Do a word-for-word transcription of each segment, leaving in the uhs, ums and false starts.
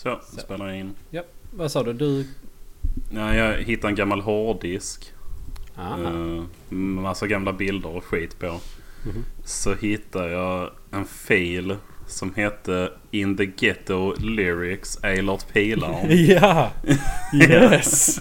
Så, så. Spelar jag in. Ja, vad sa du? Du... Ja, jag hittade en gammal hårddisk. Ah. Uh, massa gamla bilder och skit på. Mm-hmm. Så hittade jag en fil som hette In the Ghetto Lyrics Eilert Pilarm. Ja, yes.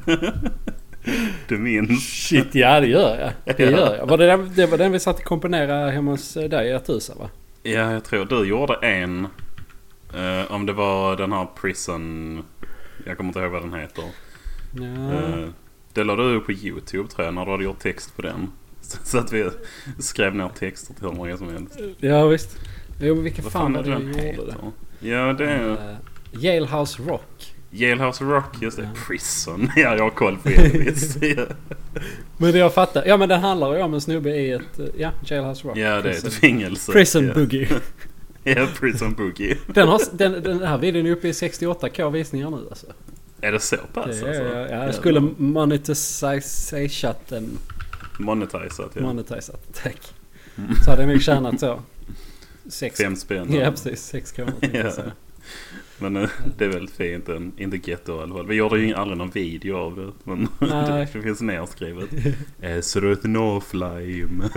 Du minns? Shit, ja det gör jag. Det gör jag. Var det, den, det var den vi satt och komponera hemma hos dig i ert hus, va? Ja, jag tror du gjorde en. Uh, om det var den här Prison... Jag kommer inte ihåg vad den heter. Ja. Uh, det lade du upp på YouTube, tror jag, när du hade gjort text på den. Så, så att vi skrev ner texter till hur många som helst. Ja, visst. Jo, men vilka vad fan var det det den gjorde heter? det? Ja, det är... Uh, Jailhouse Rock. Jailhouse Rock, just det. Ja. Prison. Ja, jag har koll på Elvis. Ja. Men det jag fattar. Ja, men den handlar ju om en snubbe i ett... Ja, Jailhouse Rock. Ja, det är Prison. ett fängelse. Prison ja. Boogie. Ja, Prison Boogie. Den, har, den, den här videon är uppe i sextioåtta k visningar nu, alltså. Är det så pass? Det är, alltså? ja, ja, jag skulle monetisat den. Monetisat, ja. Monetisat, tack. Så hade jag nog tjänat så. Sex. Fem spänn. Ja, precis. Sex kronor. Ja. Men uh, det är väldigt fint. En, in the ghetto i alla fall. Vi gjorde ju aldrig någon video av det. Men det, det finns nedskrivet. Ezra no flame.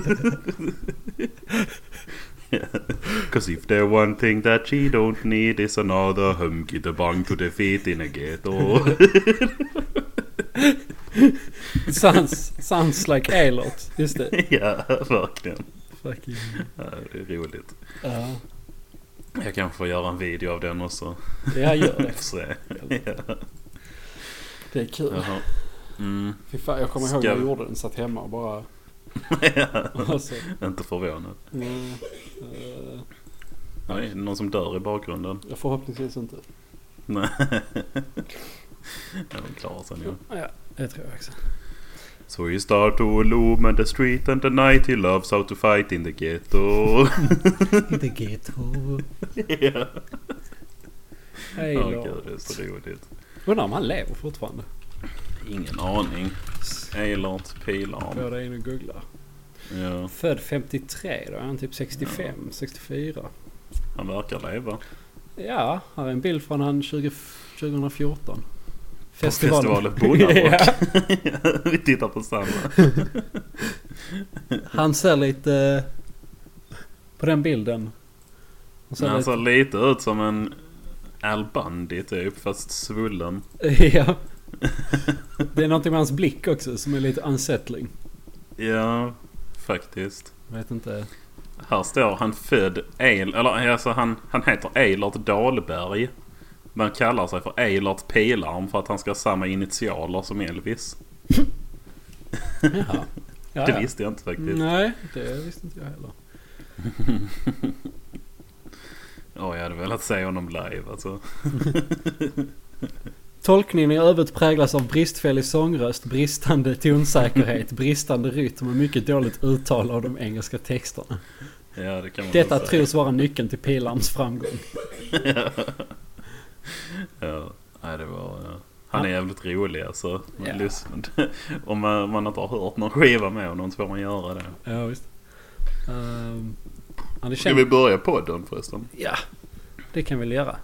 Cause if there one thing that she don't need is another humky the bang to the feet in a ghetto. sounds, sounds like Eilert. Just det. Ja, verkligen. Fucking. Ja, det är roligt. Ja. Jag kanske får göra en video av den också. Ja, gör det. Se. Ja. Det är kul. Jaha. Mm. Fy fan, jag kommer ihåg när jag gjorde den. Satt hemma och bara... Ja. Alltså. Inte förvånad. Mm, uh, Nej, någon som dör i bakgrunden. jag förhoppningsvis inte. Nej. Ja, de klarar sig nu. Ja, det tror jag också. So he start to illuminate the street and the night he loves how to fight in the ghetto. In the ghetto. Ja. Hej Ja, då. gud, det är så roligt. Undrar om han lever fortfarande. Ingen aning. Eilert Pilarm. Får det in och googla. Ja, Född femtiotre, då är han typ sextiofem, Ja. sextiofyra. han verkar leva. Ja, här är en bild från han tjugo, tjugohundrafjorton. Festivalen Bonnarock. Ja. Vi tittar på samma. Han ser lite... På den bilden. Han ser Men han lite... ser lite ut som en Al Bundy typ, fast svullen. Ja. Det är någonting med hans blick också som är lite unsettling. Ja, faktiskt. Jag vet inte. Här står han född Eil, eller alltså han, han heter Eilert Dahlberg. Men kallar sig för Eilert Pilarm för att han ska ha samma initialer som Elvis. Jaha. Ja, Det ja. visste jag inte faktiskt. Nej, det visste inte jag heller. Ja, jag hade velat se honom live alltså. Tolkningen i övrigt präglas av bristfällig sångröst, bristande tonsäkerhet, bristande rytm och mycket dåligt uttal av de engelska texterna. Ja, det kan man Detta väl säga. tros vara nyckeln till Pilarms framgång. Ja. Ja, nej, det var... Ja. Han är jävligt rolig alltså. Man Ja. lyssnade. Om man, man inte har hört någon skiva med honom så får man göra det. Ja, visst. Um, ja, det Ska känns... vi börja podden förresten? Ja, det kan vi väl göra.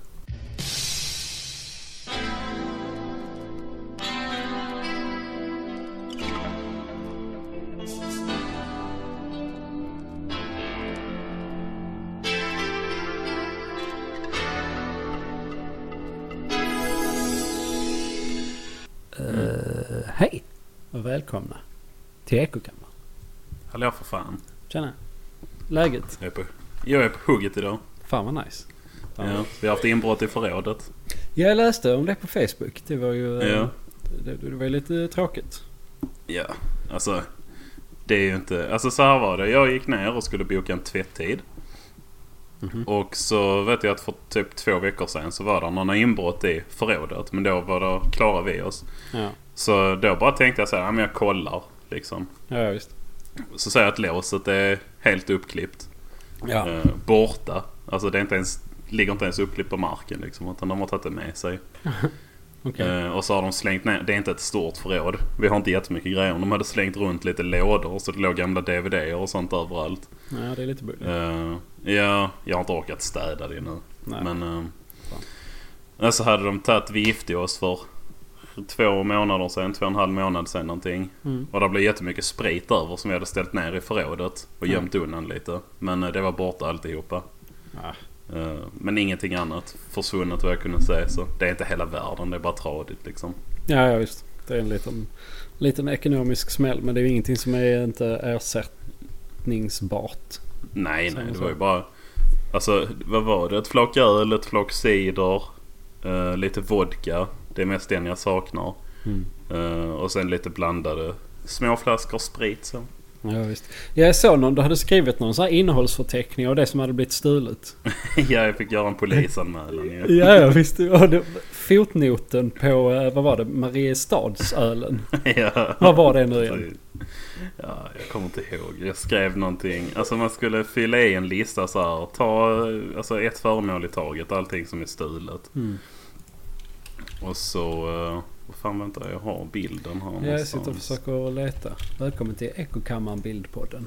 Uh, hej och välkomna till Ekokammaren. Hallå för fan. Tjena. Läget? Jag är på, jag är på hugget idag. Fan vad nice. Fan. Ja, vi har haft inbrott i förrådet. Jag läste om det på Facebook. Det var ju Ja. det, det var lite tråkigt. Ja, alltså det är ju inte... Alltså så här var det. Jag gick ner och skulle boka en tvätttid. Mm-hmm. Och så vet jag att för typ två veckor sedan så var det någon inbrott i förrådet. Men då var det, klarade vi oss. Ja, Så då bara tänkte jag så här, ja, men jag kollar liksom. ja visst. Så säger jag att låset är helt uppklippt. Ja. Eh, borta. Alltså det är inte ens, ligger inte ens uppklippt på marken liksom. Utan de har tagit det med sig. Okej. Eh, och så har de slängt ner, det är inte ett stort förråd. Vi har inte jättemycket grejer. De hade slängt runt lite lådor. Så det låg gamla D V D och sånt överallt. Ja, det är lite bulligt. Uh, ja, jag har inte orkat städa det nu. Nej. Men uh, Så hade de tagit, vi gifte oss för två månader sedan, två och en halv månad sedan någonting. Mm. Och det blev jättemycket sprit över som vi hade ställt ner i förrådet och gömt mm. undan lite. Men det var borta alltihopa. Ah. Uh, men ingenting annat försvunnet vad jag kunde säga. Så det är inte hela världen, det är bara tradigt liksom. Ja, ja visst. Det är en liten, liten ekonomisk smäll. Men det är ju ingenting som är inte ersättningsbart. Nej, nej, det var ju bara... Alltså, vad var det? Ett flak öl, ett flak cider, uh, lite vodka. Det är mest den jag saknar. Mm. Uh, och sen lite blandade små flaskor sprit så. Ja, visst. Jag såg någon, du hade skrivit någon sån här innehållsförteckning av det som hade blivit stulet. Ja, jag fick göra en polisanmälan. Ja, ja, ja visst. Och det, fotnoten på, vad var det? Mariestadsölen. Ja. Vad var det nu igen? Ja, jag kommer inte ihåg. Jag skrev någonting. Alltså man skulle fylla i en lista så här. Ta alltså, ett föremål i taget. Allting som är stulet. Mm. Och så... Uh, vad fan väntar jag har bilden här någonstans. Jag sitter och försöker leta. Välkommen till Ekokammaren bildpodden.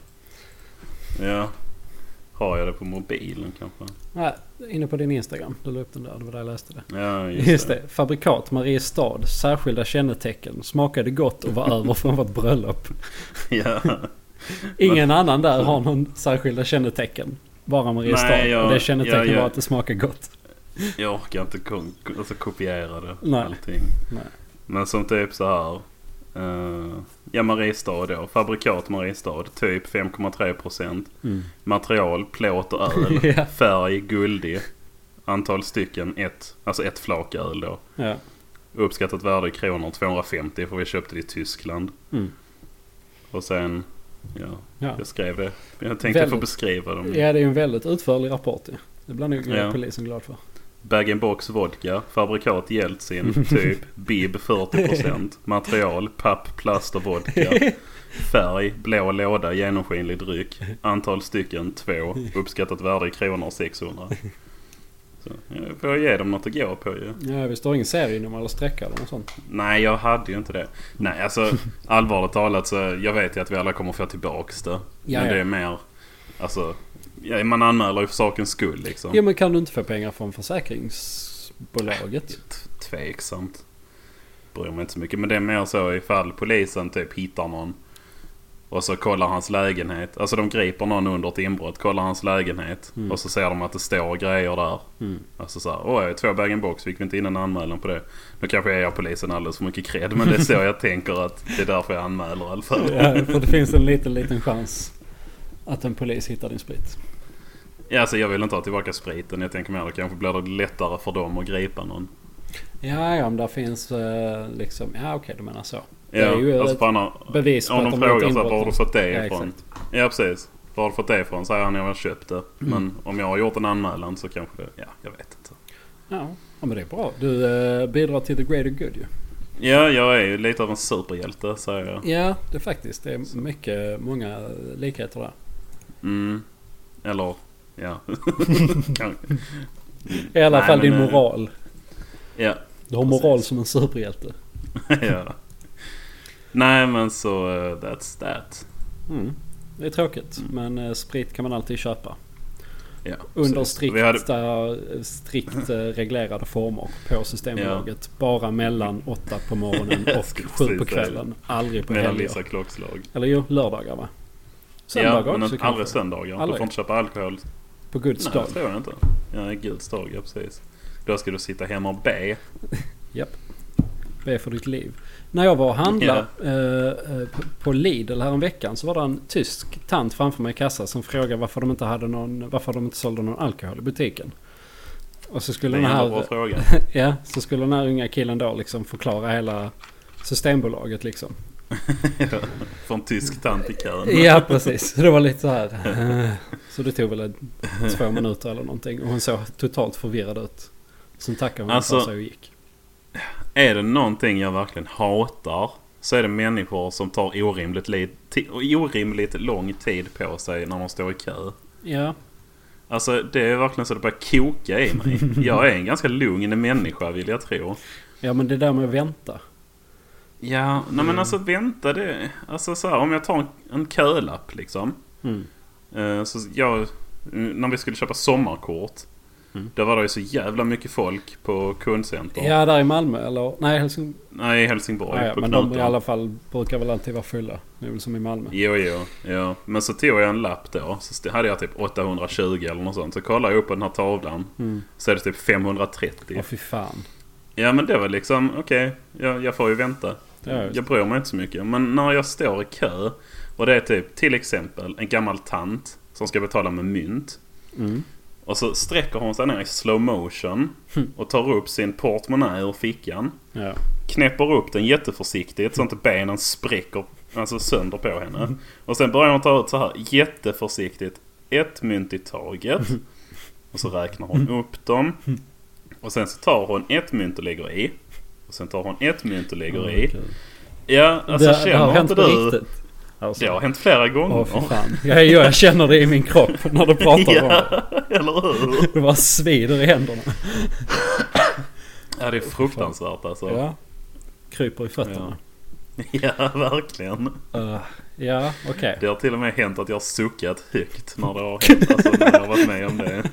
Ja. Har jag det på mobilen kanske? Nej, inne på din Instagram. Du la upp den där, det var där jag läste det. Ja, just, just det. det. Fabrikat Mariestad. Särskilda kännetecken. Smakade gott och var över från vårt bröllop. Ja. Ingen annan där har någon särskilda kännetecken. Bara Mariestad. Nej, jag, och det kännetecken ja, jag, var att det smakar gott. Jag orkar inte kon- alltså kopiera det. Nej. Allting. Nej. Men som typ så här. Uh, ja, Mariestad då. Fabrikat Mariestad. Typ fem komma tre procent. Mm. Material, plåt och öl. Ja. Färg, guldig. Antal stycken, ett. Alltså ett flak öl då. Ja. Uppskattat värde i kronor tvåhundrafemtio för vi köpte det i Tyskland. Mm. Och sen, ja, ja, jag skrev det. Jag tänkte väldigt, få beskriva dem. Ja, det är ju en väldigt utförlig rapport. Ja. Det blir nog ja. polisen glad för. Bag-in-box vodka, fabrikat Jeltsin, typ bib fyrtio procent, material, papp, plast och vodka, färg, blå låda, genomskinlig dryck, antal stycken, två, uppskattat värde i kronor sexhundra. Så jag får ge dem något att gå på ju. Ja, visst har ingen serienummer eller sträcka eller något sånt. Nej, jag hade ju inte det. Nej, alltså allvarligt talat så jag vet ju att vi alla kommer få tillbaks det. Ja, men det är mer, alltså... Ja, man anmäler ju för sakens skull liksom. Ja, men kan du inte få pengar från försäkringsbolaget? Tveksamt. Bryr mig inte så mycket. Men det är mer så ifall polisen typ hittar någon och så kollar hans lägenhet. Alltså de griper någon under ett inbrott, kollar hans lägenhet mm. och så ser de att det står grejer där. Mm. Alltså så här, åh, två bag-in-box, fick vi inte in en anmälan på det. Nu kanske jag gör polisen alldeles för mycket cred, men det är så jag tänker att det är därför jag anmäler i alla fall. Ja, för det finns en liten, liten chans att en polis hittar din sprit. Ja, alltså jag vill inte ha tillbaka spriten. Jag tänker mer att det kanske blir det lättare för dem att gripa någon. Ja, ja, om det finns uh, liksom... Ja, okej, okay, du menar så. Det ja, är ju alltså på andra, bevis på om att de, de frågar så var har du fått det ja, ifrån? Exakt. Ja, precis. Var har du fått det ifrån? Säger han jag har köpt det. Mm. Men om jag har gjort en anmälan så kanske det... Ja, jag vet inte. Ja, ja men det är bra. Du uh, bidrar till the greater good ju. Ja, jag är ju lite av en superhjälte, säger jag. Ja, det är faktiskt. Det är så. mycket, många likheter där. Mm. Eller... Ja. I alla Nej, fall din moral. Ja. Du har moral som en superhjälte. Ja. Nej, men så uh, that's that. Mm. Det är tråkigt, mm. men uh, sprit kan man alltid köpa. Ja, under strikt, hade... strikt uh, reglerade former på Systembolaget. Ja. Bara mellan åtta på morgonen och sju på kvällen. Aldrig på helger. Mellan vissa klockslag. Eller ju, lördagar va? Söndagar ja, men också, aldrig söndagar. Aldrig. Du får inte köpa alkohol. På Guds dag? Nej, det tror jag inte. Ja, Guds dag, ja precis. Då ska du sitta hemma och be. Japp. Be för ditt liv. När jag var och handlade yeah. eh, på Lidl här en veckan så var det en tysk tant framför mig i kassa som frågade varför de inte hade någon, varför de inte sålde någon alkohol i butiken. Och så skulle det den här bra fråga. ja, så skulle den här unga killen då liksom förklara hela Systembolaget liksom. Ja, från tysk tant i kön. Ja, precis. Det var lite så här. Så det tog väl en, två minuter eller någonting. Och hon såg totalt förvirrad ut. Sen tackade hon alltså, för sig och gick. Är det någonting jag verkligen hatar så är det människor som tar orimligt, li- t- orimligt lång tid på sig när de står i kö. Ja. Alltså det är verkligen så det börjar koka i mig. Jag är en ganska lugn människa vill jag tro. Ja, men det där med att vänta. Ja, nej men alltså vänta det. Alltså så här, om jag tar en, en kölapp liksom. Mm. Eh, så jag, när vi skulle köpa sommarkort Mm. Då var det ju så jävla mycket folk på kundcenter. Ja, där i Malmö eller? Nej, Helsing... Nej, i Helsingborg. Ja, ja, på men Knuten. de i alla fall brukar väl alltid vara fulla. Det är väl som i Malmö. Jo, jo. Ja. Men så tog jag en lapp då. Så hade jag typ åttahundratjugo eller något sånt. Så kollade jag upp på den här tavlan. Mm. Så är det typ femhundratrettio. Åh, fy fan. Ja, men det var liksom, okej. Okay, jag, jag får ju vänta. Ja, jag bryr mig inte så mycket. Men när jag står i kö. Och det är typ till exempel en gammal tant som ska betala med mynt. Mm. Och så sträcker hon sig ner i slow motion och tar upp sin portmonnä ur fickan. Ja. Knäpper upp den jätteförsiktigt så att inte benen spräcker alltså sönder på henne. Mm. Och sen börjar hon ta ut så här jätteförsiktigt ett mynt i taget. Och så räknar hon upp dem. Och sen så tar hon ett mynt och lägger i. Och sen tar hon ett mynt och lägger i. Ja, alltså det, känner det har hänt inte på du... riktigt. Alltså. Det har hänt flera gånger. Åh, för fan. Jag, jag känner det i min kropp när du pratar ja, om det. Eller hur? Det bara svider i händerna. Ja, det är fruktansvärt alltså. Ja. Kryper i fötterna. Ja, ja verkligen. Uh, ja, okej. Okay. Det har till och med hänt att jag har suckat högt när det har hänt. Alltså när jag har varit med om det.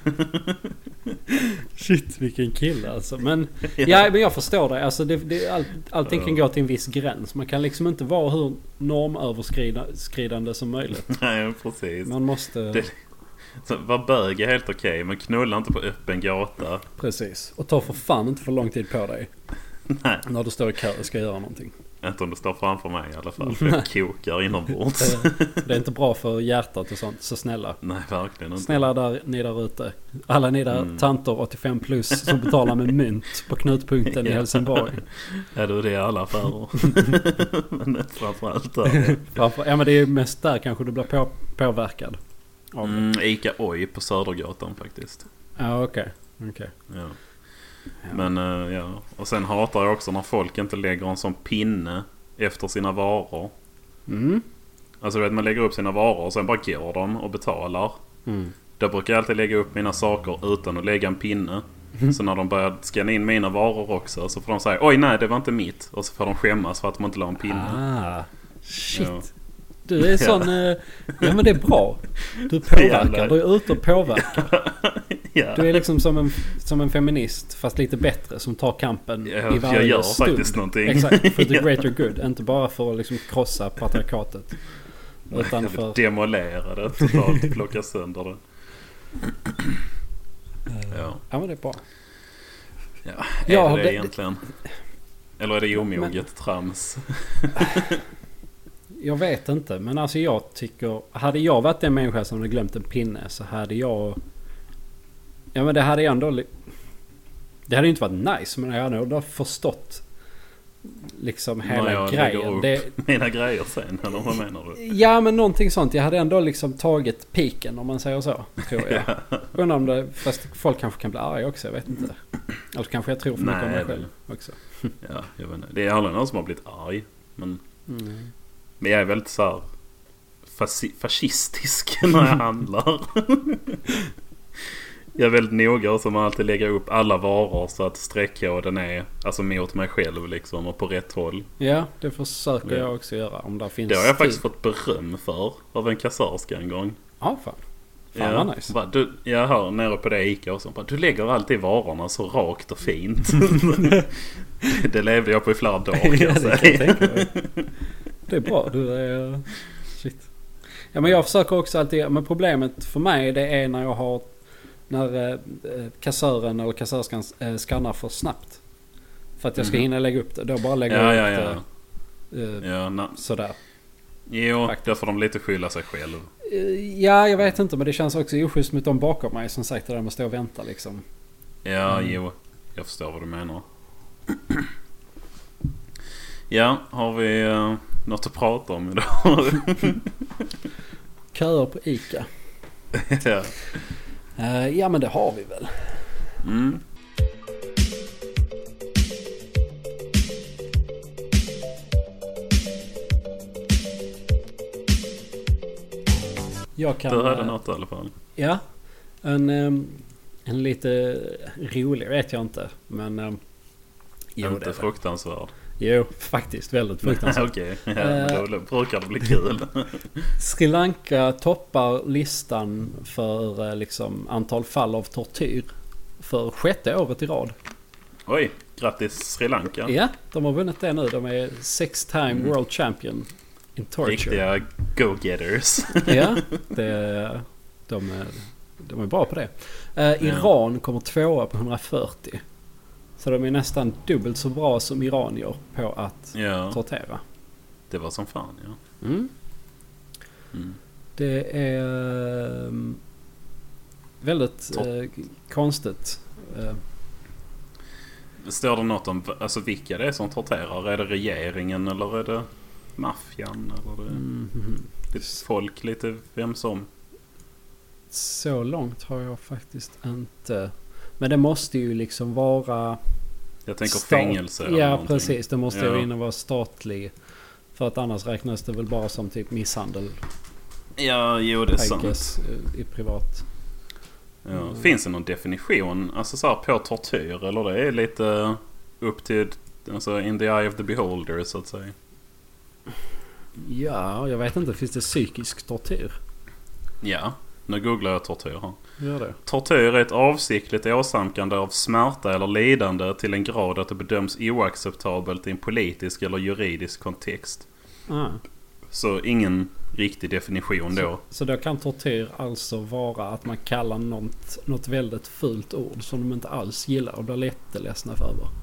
Shit, vilken kille alltså. Men, ja. ja, men jag förstår det. Alltså det, det, all, allting kan gå till en viss gräns. Man kan liksom inte vara hur normöverskridande som möjligt. Nej, precis. Man måste... Det, så var bög är helt okej, okay, men knulla inte på öppen gata. Precis. Och ta för fan inte för lång tid på dig. Nej. När du står i kö och ska göra någonting. Inte om du står framför mig i alla fall. För jag kokar inombords. Det är inte bra för hjärtat och sånt. Så snälla. Nej, verkligen inte. Snälla där, ni där ute. Alla ni där mm. tanter åttiofem plus som betalar med mynt på knutpunkten i Helsingborg. Ja, det är det alla affärer. Men framförallt där. Framför, ja, men det är mest där kanske du blir på, påverkad. Mm, Ica Oj på Södergatan faktiskt. Ja, okej. Okay. Okay. Ja. Ja. Men uh, ja. Och sen hatar jag också när folk inte lägger en sån pinne efter sina varor. Mm. Alltså du vet, man lägger upp sina varor och sen bara går de och betalar. Mm. Då brukar jag alltid lägga upp mina saker utan att lägga en pinne. Mm. Så när de börjar scanna in mina varor också så får de säga, oj nej det var inte mitt. Och så får de skämmas för att de inte la en pinne. Ah, shit. Ja. Du är sån... Ja. ja men det är bra. Du påverkar. Du är ute och påverkar. Ja. Du är liksom som en, som en feminist fast lite bättre som tar kampen ja, i varje jag gör stund. faktiskt någonting. Exakt, för the ja. greater good. Inte bara för att liksom krossa patriarkatet. Utan för... demolera det totalt, plocka sönder det. Ja. Ja men det är bra. Ja, är ja, det, det det egentligen? Eller är det omoget men... trams? Jag vet inte, men alltså jag tycker... Hade jag varit en människa som hade glömt en pinne så hade jag... Ja men det hade jag ändå... Det hade ju inte varit nice, men jag hade ändå förstått liksom hela jag grejen. Upp det... mina grejer sen, eller vad menar du? Ja men någonting sånt. Jag hade ändå liksom tagit piken om man säger så, tror jag. Undrar om det... Fast folk kanske kan bli arga också, jag vet inte. Eller kanske jag tror för mycket om mig själv också. Ja, jag vet inte. Det är aldrig någon som har blivit arg, men... Mm. Men jag är väldigt så här fasci- fascistisk när jag handlar. Jag är väldigt noga och som alltid lägger upp alla varor så att streckkoden är alltså mot mig själv liksom och på rätt håll. Ja, det försöker jag också göra om där finns. Det har jag faktiskt tid. fått beröm för av en kassörska en gång. Ja, fan. Fan ja, vad nice. Bara, du, jag hör nere på det Ica och så bara, du lägger alltid varorna så rakt och fint. Det levde jag på i flera dagar kan jag säga. Ja, det kan jag tänka mig. Det är bra, du är... Shit. Ja men jag försöker också alltid... Men problemet för mig det är när jag har... När eh, kassören eller kassörskan eh, skannar för snabbt. För att jag ska mm. hinna lägga upp det. Då bara lägger ja, jag ja, upp ja. det. Eh, ja, na- sådär. Jo, då får de lite skylla sig själv. Eh, ja, jag vet inte. Men det känns också oschysst mot dem bakom mig. Som sagt, där de måste stå och vänta liksom. Ja, mm. jo. Jag förstår vad du menar. Ja, har vi uh, något att prata om idag? Köer på Ica. Ja. Uh, ja, men det har vi väl. Mm. Jag kan... Du hade något i alla fall. Ja. En, um, en lite rolig vet jag inte. Men... Um, jo, inte det fruktansvärd. Jo, faktiskt väldigt fruktansvärt. Okej, okay. Ja, uh, då brukar det bli kul. Sri Lanka toppar listan för uh, liksom, antal fall av tortyr för sjätte året i rad. Oj, grattis Sri Lanka. Ja, de har vunnit det nu. De är six time Mm. world champion in torture. Riktiga go-getters. Ja, det, de, är, de är bra på det. Uh, Iran kommer tvåa på hundrafyrtio. Så de är nästan dubbelt så bra som iranier på att Ja, tortera. det var som fan, ja. Mm. Mm. Det är um, väldigt uh, konstigt. Uh, Står det något om alltså, vilka det är som torterar? Är det regeringen eller är det maffian? Eller är det mm, lite folk, lite vem som? så långt har jag faktiskt inte. Men det måste ju liksom vara... Jag tänker Stat- fängelse eller Ja, någonting. precis. Det måste Ja. ju inne vara statlig. För att annars räknas det väl bara som typ misshandel. Ja, jo det är I sant. guess, eh, i privat. Ja. Mm. Finns det någon definition alltså så här, på tortyr? Eller det är lite upp till alltså, in the eye of the beholder så att säga? Ja, jag vet inte. Finns det psykisk tortyr? Ja, nu googlar jag tortyr här. Gör det. Tortyr är ett avsiktligt åsamkande av smärta eller lidande till en grad att det bedöms oacceptabelt i en politisk eller juridisk kontext. Ah. Så ingen riktig definition då. Så då kan tortyr alltså vara att man kallar något, något väldigt fult ord som de inte alls gillar och blir jätteledsna för över.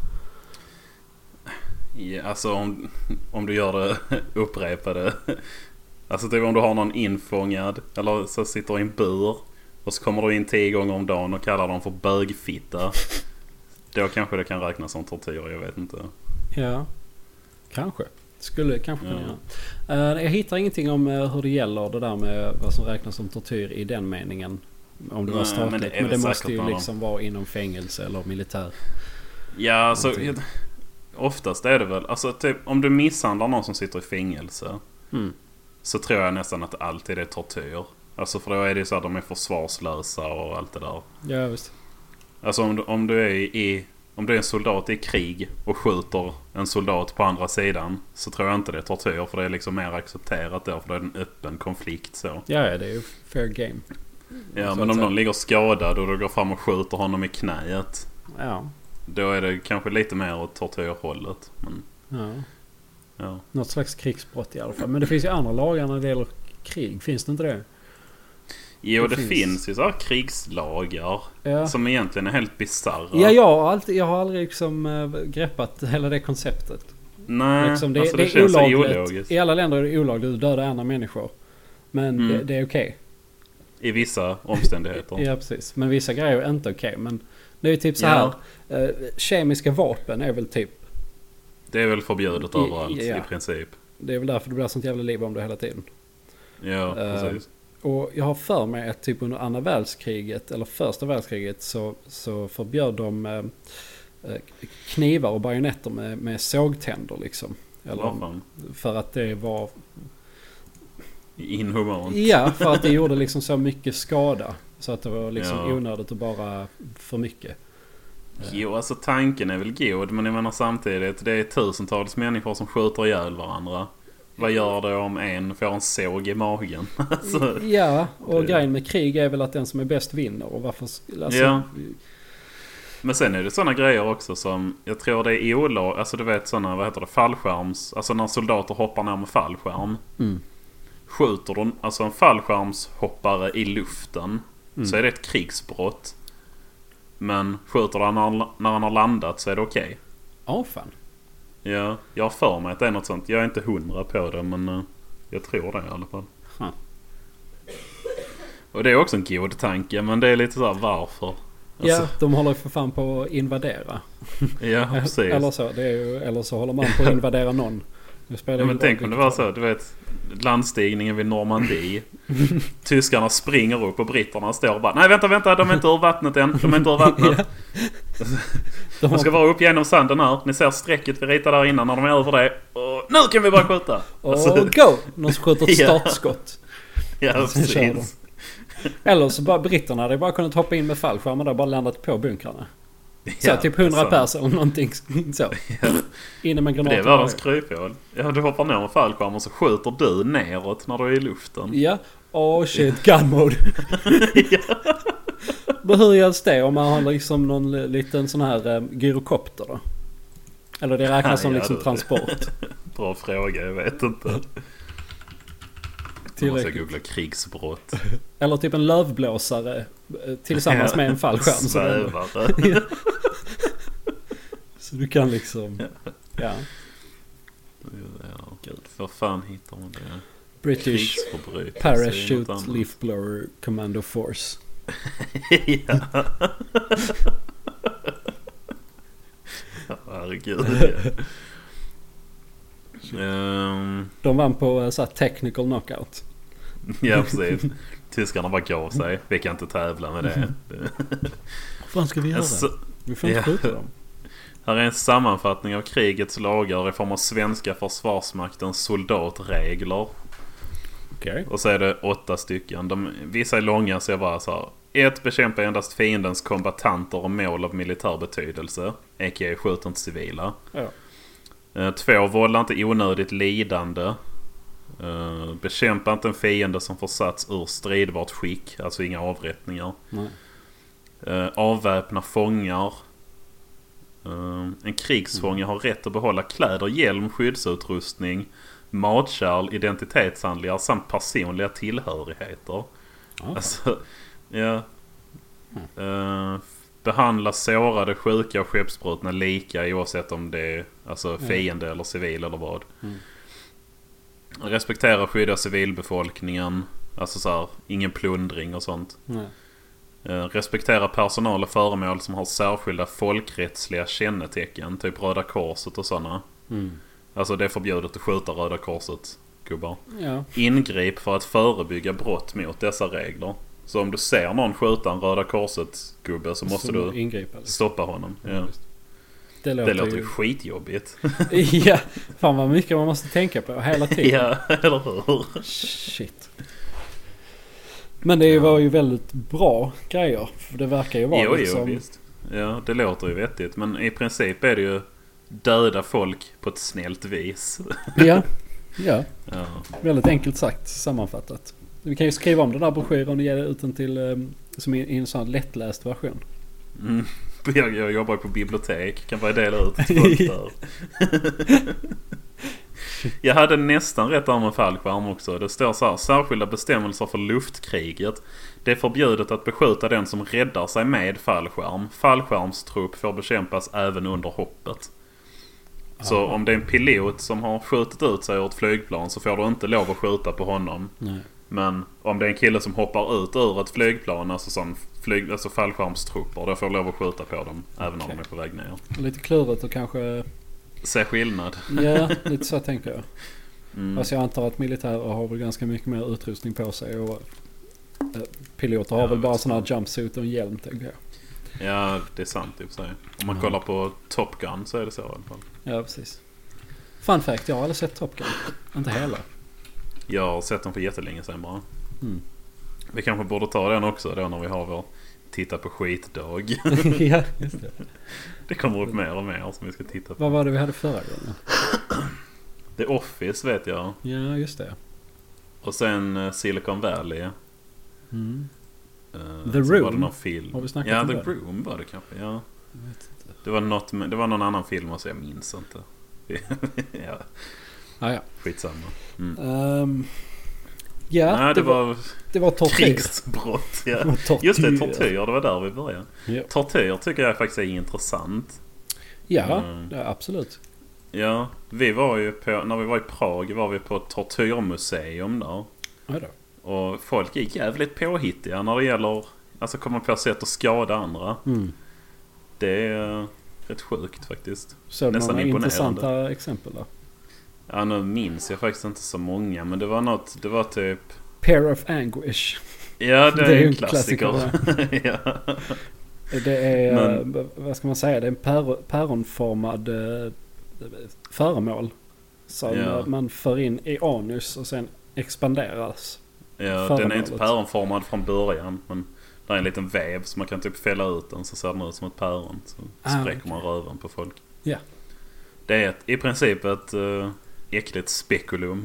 Ja, alltså om, om du gör det upprepade. Alltså typ om du har någon infångad eller så sitter i en bur och så kommer du in tio gånger om dagen och kallar dem för bögfitta. Då kanske det kan räknas som tortyr, jag vet inte. Ja, kanske. Skulle kanske kunna Ja. göra. Uh, jag hittar ingenting om uh, hur det gäller det där med vad som räknas som tortyr i den meningen. Om det var Nej, statligt. men Men det det, är väl måste säkert ju någon- liksom vara inom fängelse eller militär. Ja, alltså Någonting. oftast är det väl alltså typ om du misshandlar någon som sitter i fängelse Mm. så tror jag nästan att det alltid är tortyr. Alltså för då är det så att de är försvarslösa och allt det där. Ja, visst. Alltså om du, om du är i om du är en soldat i krig och skjuter en soldat på andra sidan så tror jag inte det är tortyr för det är liksom mer accepterat då för det är en öppen konflikt så. Ja, ja, det är ju fair game. Ja, Så men att om säga. någon ligger skadad och du går fram och skjuter honom i knäet Ja. då är det kanske lite mer åt tortyrhållet. Men Ja. ja. Något slags krigsbrott i alla fall. Men det finns ju andra lagar när det gäller krig. Finns det inte det? Jo, Det det, finns. finns ju så här krigslagar Ja. som egentligen är helt bizarra. Ja, jag har, alltid, jag har aldrig liksom äh, greppat hela det konceptet. Nej, Liksom, det, alltså det, det, är känns så olagligt. ologiskt. I alla länder är det olagligt att döda andra människor. Men Mm. det, det är okej. I vissa omständigheter. Ja, precis. Men vissa grejer är inte okej. Men det är ju typ så Ja. här. Eh, kemiska vapen är väl typ... Det är väl förbjudet I- överallt ja. i princip. Det är väl därför det blir sånt jävla liv om det hela tiden. Ja, Eh, precis. Och jag har för mig att typ under andra världskriget eller första världskriget så, så förbjöd de eh, eh, knivar och bajonetter med, med sågtänder liksom. Eller, Vad fan. för att det var... Inhumant. Ja, för att det gjorde liksom så mycket skada. Så att det var liksom Ja. onödigt att bara för mycket. Jo, alltså tanken är väl god. Men jag menar samtidigt, det är tusentals människor som skjuter ihjäl varandra. Vad gör det om en får en såg i magen? alltså, Ja, och det- grejen med krig är väl att den som är bäst vinner. Och varför... Alltså, Ja. Men sen är det sådana grejer också som jag tror det är olag. Alltså du vet sådana, vad heter det, fallskärms. Alltså när soldater hoppar ner med fallskärm. Mm. Skjuter de alltså en fallskärmshoppare i luften Mm. så är det ett krigsbrott. Men skjuter han när, när han har landat så är det okej. Ja, fan. Ja, jag har för mig att det är något sånt. Jag är inte hundra på det men uh, jag tror det i alla fall. Huh. Och det är också en god tanke men det är lite så här varför. Ja, Alltså, de håller ju för fan på att invadera. ja, precis. Eller så, det är ju, eller så håller man på att invadera någon. Det spelar Ja, ingen men roll tänk om det vilket var håll. så, du vet, landstigningen vid Normandie. Tyskarna springer upp och britterna står och bara, nej vänta, vänta, de är inte ur vattnet än, de är inte ur vattnet. Ja. De De ska har, vara upp genom sanden här, ni ser strecket vi ritade där innan när de är över det. Och nu kan vi bara skjuta. och Alltså, go! Någon som skjuter ett Ja. startskott. ja, Sen kör de. precis. Eller så bara britterna hade bara kunnat hoppa in med fallskärmar där och bara landat på bunkrarna. Så Ja, typ hundra sant. pers eller någonting så. Ja. Inne med Det granater. är världens kryphål. Ja, du hoppar ner med fallskärm och så skjuter du neråt när du är i luften. Ja. Oh shit, gun mode. Men hur görs det om man har liksom någon liten sån här um, gyrokopter då? Eller det räknas som liksom transport? Bra fråga, jag vet inte. Jag måste googla krigsbrott. Eller typ en lövblåsare tillsammans med en fallskärm. Svävare. Så du kan liksom... Ja. Ja, gud, för fan hittar man det? British Parachute Leaf Blower Commando Force. Ja. Herregud. um, De vann på så här technical knockout. Ja, precis. Tyskarna bara gav sig. Vi kan inte tävla med det. Vad fan ska vi göra? Alltså, vi får inte skjuta dem. Här är en sammanfattning av krigets lagar i form av svenska försvarsmaktens soldatregler. Okay. Och så är det åtta stycken. De, vissa är långa, så jag bara så här. Ett, bekämpa endast fiendens kombatanter och mål av militär betydelse. A K A skjut inte civila. Ja. Två, vålla inte onödigt lidande. Uh, bekämpa inte en fiende som försatts ur stridbart skick. Alltså inga avrättningar. Uh, avväpna fångar. Uh, en krigsfånge mm. har rätt att behålla kläder, hjälm, skyddsutrustning, matkärl, identitetshandlingar samt personliga tillhörigheter. Okay. Alltså, ja. Uh, behandla sårade, sjuka och skeppsbrutna lika oavsett om det är alltså fiende mm. eller civil eller vad. Mm. Respektera och skydda civilbefolkningen. Alltså så här, ingen plundring och sånt. Nej. Uh, respektera personal och föremål som har särskilda folkrättsliga kännetecken. Typ Röda Korset och sådana. Mm. Alltså det är förbjudet att skjuta Röda Korset, gubbar. Ja. Ingrip för att förebygga brott mot dessa regler. Så om du ser någon skjuta en Röda Korset-gubbe så måste så du ingripa, liksom. Stoppa honom. Ja. Ja, det låter, det låter ju ju skitjobbigt. Ja, fan vad mycket man måste tänka på hela tiden. Ja, eller hur? Shit. Men det var ju väldigt bra grejer. För det verkar ju vara jo, liksom... Jo, visst. Ja, det låter ju vettigt. Men i princip är det ju döda folk på ett snällt vis. Ja, ja. Ja. Väldigt enkelt sagt, sammanfattat. Vi kan ju skriva om den där broschyren och ge det ut den till som i en sån lättläst version. Mm. Jag, jag jobbar på bibliotek. Kan bara dela ut till folk där. Jag hade nästan rätt där med fallskärm också. Det står så här: särskilda bestämmelser för luftkriget. Det är förbjudet att beskjuta den som räddar sig med fallskärm. Fallskärmstrupp får bekämpas även under hoppet. Så Aha. om det är en pilot som har skjutit ut sig ur ett flygplan så får du inte lov att skjuta på honom. Nej. Men om det är en kille som hoppar ut ur ett flygplan, alltså, sån flyg, alltså fallskärmstrupper, då får du lov att skjuta på dem även okay. om de är på väg ner. Lite klurigt och kanske... Se skillnad. Ja, lite så tänker jag. Mm. Alltså jag antar att militärer har väl ganska mycket mer utrustning på sig och äh, piloter har ja, väl bara sån här jumpsuit och en hjälm, tänker jag. Ja, det är sant i och för sig. Om man ja. kollar på Top Gun så är det så i alla fall. Ja, precis. Fun fact, jag har aldrig sett Top Gun. Inte hela. Jag har sett den för jättelänge sedan bara. Mm. Vi kanske borde ta den också då när vi har vår titta på skitdag. Ja, just det. Det kommer upp mer och mer som vi ska titta på. Vad var det vi hade förra gången? The Office vet jag. Ja, just det. Och sen uh, Silicon Valley. Mm. Uh, The Room. Var det någon film? Har vi snackat ja, om The det? Room var det kanske. Ja. Jag vet inte. Det var något med, det var någon annan film så jag minns inte. Ja. Ah, ja. Skitsamma. Mm. Um, ja, Nej, det, det var, var det var tortyr. Krigsbrott, ja. tortyr. Just det, tortyr, det var där vi började. Ja. Tortyr tycker jag faktiskt är intressant. Ja, mm. ja, absolut. Ja, vi var ju på, när vi var i Prag var vi på ett tortyrmuseum där. Ja, då. Och folk är jävligt påhittiga när det gäller alltså komma på sätt att skada andra. Mm. Det är rätt sjukt faktiskt. Så nästan några imponerande. intressanta exempel då? Ja, nu minns jag faktiskt inte så många, men det var något, det var typ Pair of Anguish. Ja, det, det är är en en klassiker. klassiker. Ja. Det är, men, vad ska man säga, det är en per, päronformad eh, föremål som ja. man för in i anus och sen expanderas. Ja, den är inte päronformad från början, men det är en liten väv så man kan typ fälla ut den så ser den ut som ett päron. Så ah, spräcker okay. man röven på folk. Ja. Det är ett, i princip ett uh, äckligt spekulum.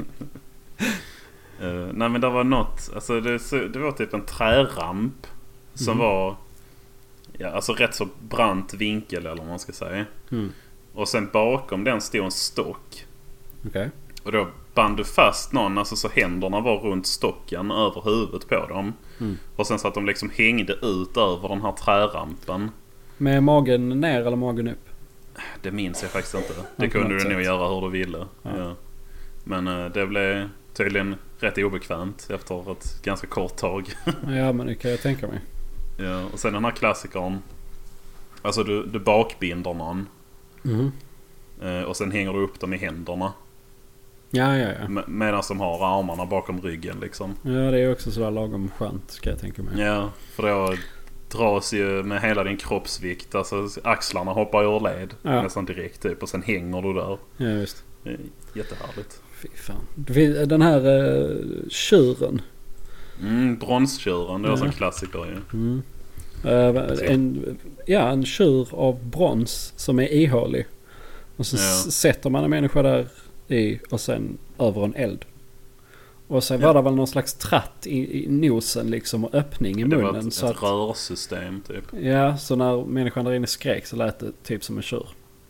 uh, nej men det var något, alltså det, det var typ en träramp som mm. var ja, alltså rätt så brant vinkel eller vad man ska säga. Mm. Och sen bakom den stod en stock. Okay. Och då band du fast någon, alltså så händerna var runt stocken över huvudet på dem. Mm. Och sen så att de liksom hängde ut över den här trärampen. Med magen ner eller magen upp? Det minns jag faktiskt inte. Det kunde du nog göra hur du ville. Ja. Ja. Men uh, det blev tydligen rätt obekvämt efter ett ganska kort tag. Ja, men det kan jag tänka mig. Ja, och sen den här klassikern. Alltså du, du bakbinder någon. Mm. Uh, och sen hänger du upp dem i händerna. Ja, ja, ja. Med, medan de har armarna bakom ryggen liksom. Ja, det är också sådär lagom skönt, ska jag tänka mig. Ja, för då dras ju med hela din kroppsvikt. Alltså axlarna hoppar ur led ja. nästan direkt typ. Och sen hänger du där. Ja, just. Det är jättehärligt. Fy fan. Den här uh, tjuren. Mm, bronstjuren, det är ja. också en klassiker ju. Mm. Uh, en, ja, en tjur av brons som är ihålig. Och så ja. s- sätter man en människa där i och sen över en eld. Och sen ja. var det väl någon slags tratt i, i nosen liksom och öppning i det munnen. Det var ett, så ett att, rörsystem typ. Ja, så när människan där inne skrek så lät det typ som en tjur.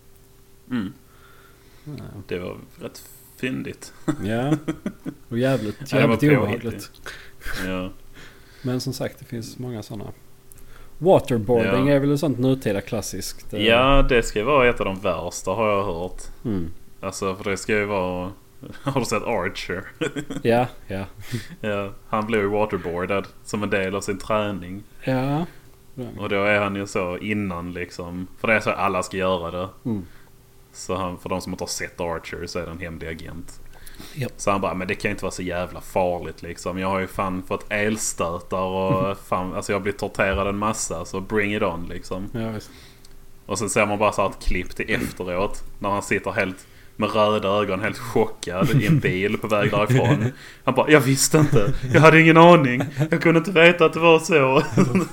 Mm. Ja. Det var rätt fyndigt. Ja, och jävligt, jävligt ja, obehagligt. Ja. Men som sagt, det finns många sådana. Waterboarding ja. är väl ett sånt nutida klassiskt. Ja, det ska ju vara ett av de värsta har jag hört. Mm. Alltså, för det ska ju vara... Har du sett Archer? Ja, ja. Ja, han blev ju waterboardad som en del av sin träning. Ja. Och då är han ju så innan liksom... För det är så att alla ska göra det. Mm. Så han, för de som inte har sett Archer så är det en hemlig agent. Yep. Så han bara, men det kan ju inte vara så jävla farligt liksom. Jag har ju fan fått elstötar och fan, alltså jag har blivit torterad en massa. Så bring it on liksom. Ja, visst. Och sen ser man bara så här ett klipp till efteråt. När han sitter helt med röda ögon, helt chockad i en bil på väg därifrån. Han bara, jag visste inte. Jag hade ingen aning. Jag kunde inte veta att det var så.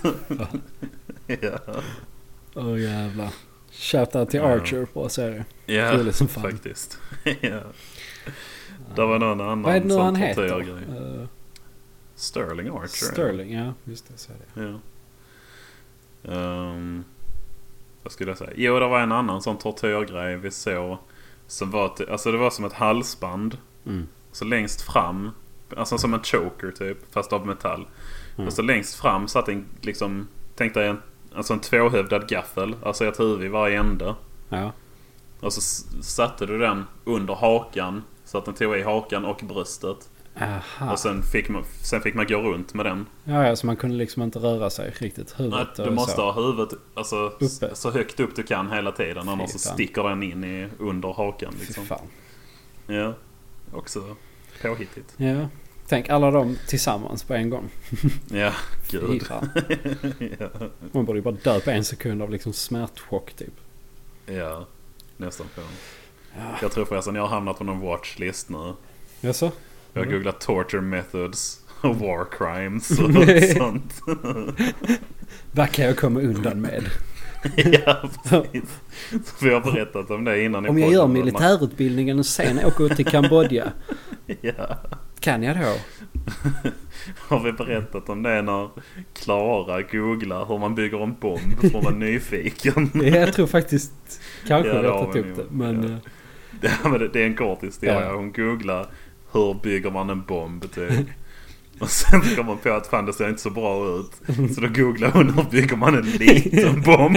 Ja. Åh oh, jävlar. Shoutout till Archer på serien. Ja, som fan. Faktiskt. Ja. Det var någon annan. Vad är det nu han heter? Uh, Sterling Archer. Sterling, ja. Just det, så är det. Ja. Um, vad skulle jag säga? Jo, det var en annan sån tortyrgrej vi såg. Som var, t- alltså det var som ett halsband. Mm. Så längst fram, alltså som en choker typ, fast av metall. Mm. Och så längst fram satt en, liksom, tänk dig en, alltså en tvåhövdad gaffel. Alltså ett huvud i varje ände. Ja. Och så s- satte du den under hakan. Så att den tog i hakan och bröstet. Aha. Och sen fick, man, sen fick man gå runt med den. Ja, ja, så man kunde liksom inte röra sig riktigt. Huvudet. Nej, du måste så. ha huvudet alltså, s- så högt upp du kan hela tiden. Fy Annars så fan. sticker den in i, under hakan. Liksom. Fy fan. Ja, också påhittigt. Ja, tänk alla dem tillsammans på en gång. Ja, gud. Ja. Man borde ju bara dö på en sekund av liksom smärtchock typ. Ja, nästan på. Ja. Jag tror förresten jag har hamnat på någon watchlist nu. Jaså? Jag har Mm. googlat torture methods och war crimes och sånt. Vad kan jag komma undan med? Ja, precis. Så vi har berättat om det innan. Om jag gör militärutbildningen och sen åker till Kambodja. Ja. Kan jag då? Har vi berättat om det när Klara googlar hur man bygger en bomb för att vara nyfiken? Jag tror faktiskt kanske ja, jag har tagit upp det. Men, ja. Ja, men det, det är en kort historia. Ja. Hon googlar hur bygger man en bomb typ. Och sen kom man på att fan det ser inte så bra ut. Så då googlar hon hur bygger man en liten bomb.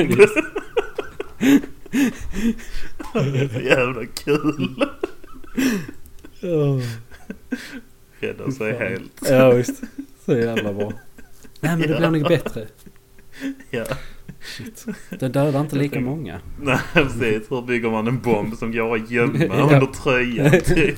Det är så jävla kul. Oh. Räddar sig helt. Ja visst. Så jävla bra. Nej men det blir nog bättre. Ja. Shit. Det dödar inte lika många. Nej precis. Hur bygger man en bomb som går att gömma ja. under tröjan typ.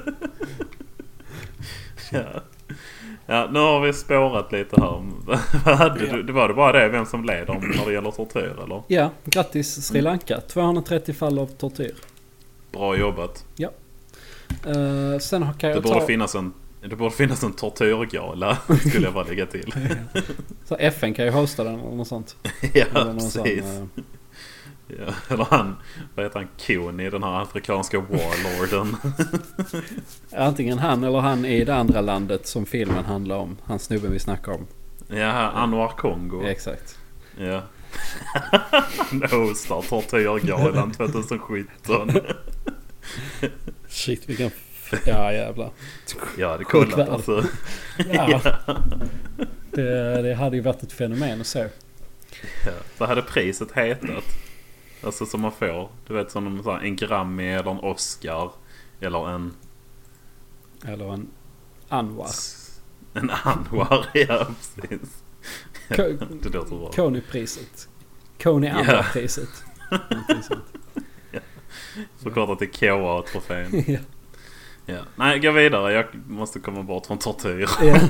Ja. Ja, nu har vi spårat lite här. Vad hade du? Det var det bara det vem som leder när det gäller tortyr eller? Ja, grattis Sri Lanka. tvåhundratrettio fall av tortyr. Bra jobbat. Ja. Uh, sen har kan jag det borde ta... finnas en Det borde finnas en tortyrgala skulle jag bara lägga till. Så F N kan ju hosta den eller något sånt. Ja, eller precis. Sån, uh... ja, eller han, vad heter han, Kony, den här afrikanska warlorden. Antingen han eller han i det andra landet som filmen handlar om. Han snubben vi snackar om. Ja, Anwar Kongo. Exakt. Ja. Hostar Tortyrgalan tjugohundrasjutton. Shit, vilken... F- ja, jävlar. Ja, det kollat alltså. Ja. Det, det hade ju varit ett fenomen att se. Ja. Vad hade priset hetat? Alltså som man får. Du vet, som en, en Grammy eller en Oscar. Eller en... Eller en Anwar. En Anwar, ja precis. Ko- det låter bra. Kony-priset. Kony-Anwar-priset. Ja. Förkortat till K A-trofén. Ja. Ja. Nej, gå vidare. Jag måste komma bort från tortyr. Ja.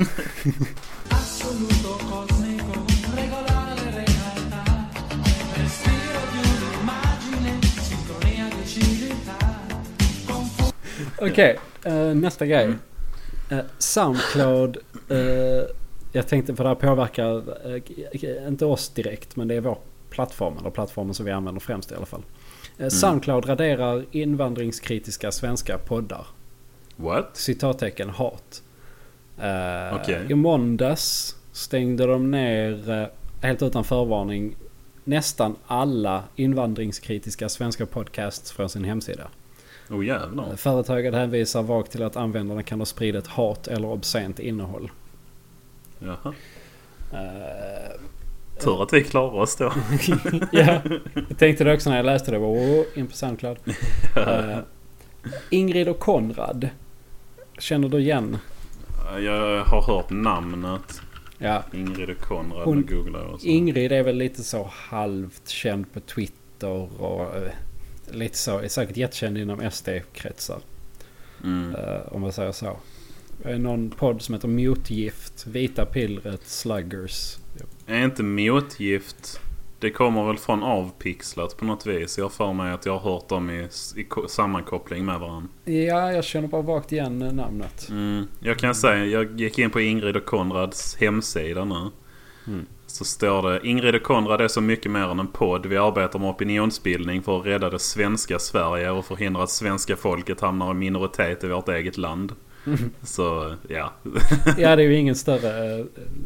Okej, okay, uh, nästa grej. Mm. Uh, Soundcloud. Uh, jag tänkte, för det här påverkar uh, inte oss direkt, men det är vår plattform, eller plattformen som vi använder främst i alla fall. Uh, mm. Soundcloud raderar invandringskritiska svenska poddar. What? Citattecken hat. Uh, okay. I måndags stängde de ner uh, helt utan förvarning nästan alla invandringskritiska svenska podcasts från sin hemsida. Oh jävlar. Företaget hänvisar vagt till att användarna kan ha spridit hat eller obscent innehåll. Jaha. Uh, Tur att vi klarar oss då. Ja, jag tänkte det också när jag läste det. Oh, in på Soundcloud. Uh, Ingrid och Konrad. Känner du igen? Jag har hört namnet. Ja. Ingrid och Konrad. Hon, googlar och så. Ingrid är väl lite så halvt känd på Twitter och uh, lite så, är säkert jättekänd inom S D-kretsar. Mm. Uh, om man säger så. Det är någon podd som heter Motgift, Vita pillret, Sluggers. Är inte Motgift? Det kommer väl från Avpixlat på något vis. Jag har för mig att jag har hört dem i, i sammankoppling med varandra. Ja, jag känner bara vagt igen namnet. Mm. Jag kan säga, jag gick in på Ingrid och Konrads hemsida nu. Mm. Så står det: Ingrid och Konrad är så mycket mer än en podd. Vi arbetar med opinionsbildning för att rädda det svenska Sverige och förhindra att svenska folket hamnar i minoritet i vårt eget land. Mm. Så, ja. Ja, det är ju ingen större...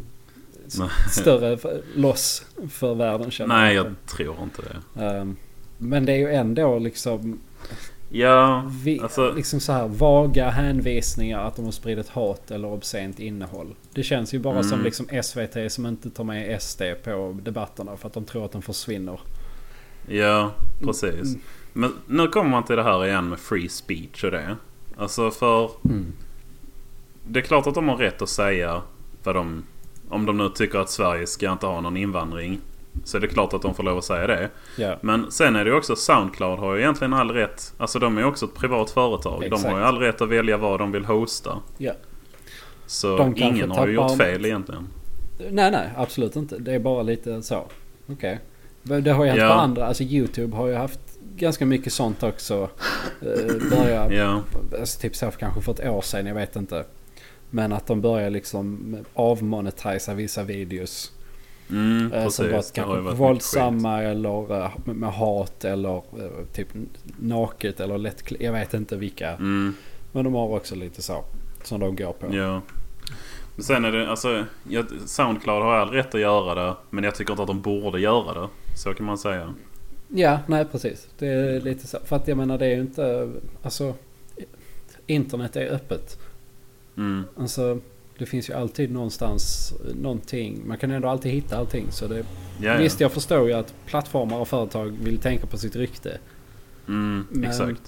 större loss för världen, känner Nej, jag tror inte det. Um, men det är ju ändå liksom... Ja, vi, alltså... liksom så här vaga hänvisningar att de har spridit hat eller obscent innehåll. Det känns ju bara mm. som liksom S V T som inte tar med S D på debatterna för att de tror att de försvinner. Ja, precis. Mm. Men nu kommer man till det här igen med free speech och det. Alltså för... Mm. Det är klart att de har rätt att säga vad de... Om de nu tycker att Sverige ska inte ha någon invandring, så är det klart att de får lov att säga det. Yeah. Men sen är det ju också, Soundcloud har ju egentligen all rätt. Alltså de är ju också ett privat företag. Exakt. De har ju all rätt att välja vad de vill hosta. Yeah. Så ingen har ju gjort om... fel egentligen. Nej, nej, absolut inte. Det är bara lite så. Okej. Okay. Det har ju hänt yeah. på andra. Alltså YouTube har ju haft ganska mycket sånt också. Uh, börja, yeah. alltså, typ så kanske för ett år sedan, jag vet inte. Men att de börjar liksom avmonetisa vissa videos. Mm, eh, som var kanske våldsamma eller uh, med, med hat eller uh, typ naket eller lätt. Jag vet inte vilka. Mm. Men de har också lite så som de går på. Ja. Men sen är det, alltså, jag, Soundcloud har all rätt att göra det, men jag tycker inte att de borde göra det. Så kan man säga. Ja, nej precis. Det är lite så. För att jag menar, det är ju inte... Alltså, internet är öppet. Mm. Alltså, det finns ju alltid någonstans någonting. Man kan ändå alltid hitta allting. Så det, ja, visst, jag förstår ju att plattformar och företag vill tänka på sitt rykte. Mm, men, exakt.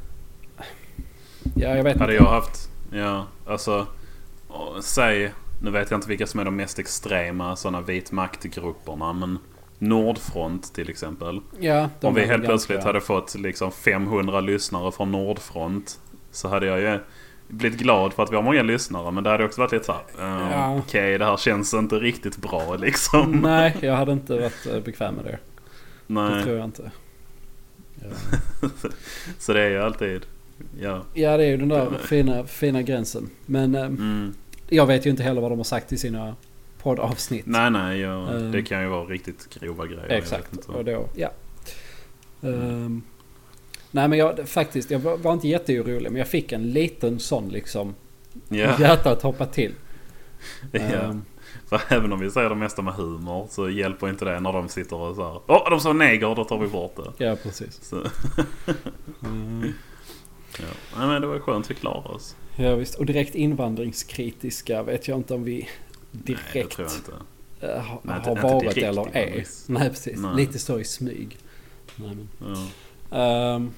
Ja, jag vet Hade inte. jag haft... Ja, alltså... Säg... Nu vet jag inte vilka som är de mest extrema sådana vit maktgrupperna, men Nordfront till exempel. Ja, om vi helt plötsligt ganska... hade fått liksom femhundra lyssnare från Nordfront, så hade jag ju blivit glad för att vi har många lyssnare, men det hade också varit lite så här, uh, ja. okej, okay, det här känns inte riktigt bra liksom. Nej, jag hade inte varit bekväm med det. Nej. Det tror jag inte. Ja. Så det är ju alltid... Ja, ja, det är ju den där fina, fina gränsen. Men mm. jag vet ju inte heller vad de har sagt i sina poddavsnitt. Nej, nej, ja, um, det kan ju vara riktigt grova grejer. Exakt, och då, ja. Um, nej, men jag faktiskt, jag var, var inte jätteorolig, men jag fick en liten sån liksom, yeah. hjärtat hoppa till. Yeah. Um, För även om vi säger det mesta med humor så hjälper inte det när de sitter och så här. Åh, de sa neger, då tar vi bort det. Ja, precis. Så. mm. Ja, men det var skönt vi klarade oss. Ja, visst. Och direkt invandringskritiska vet jag inte om vi direkt Nej, det tror jag inte. Uh, ha, Nej, har inte varit direkt, eller är. Nej, precis. Nej. Lite så i smyg. Nej, men. Ja. Um,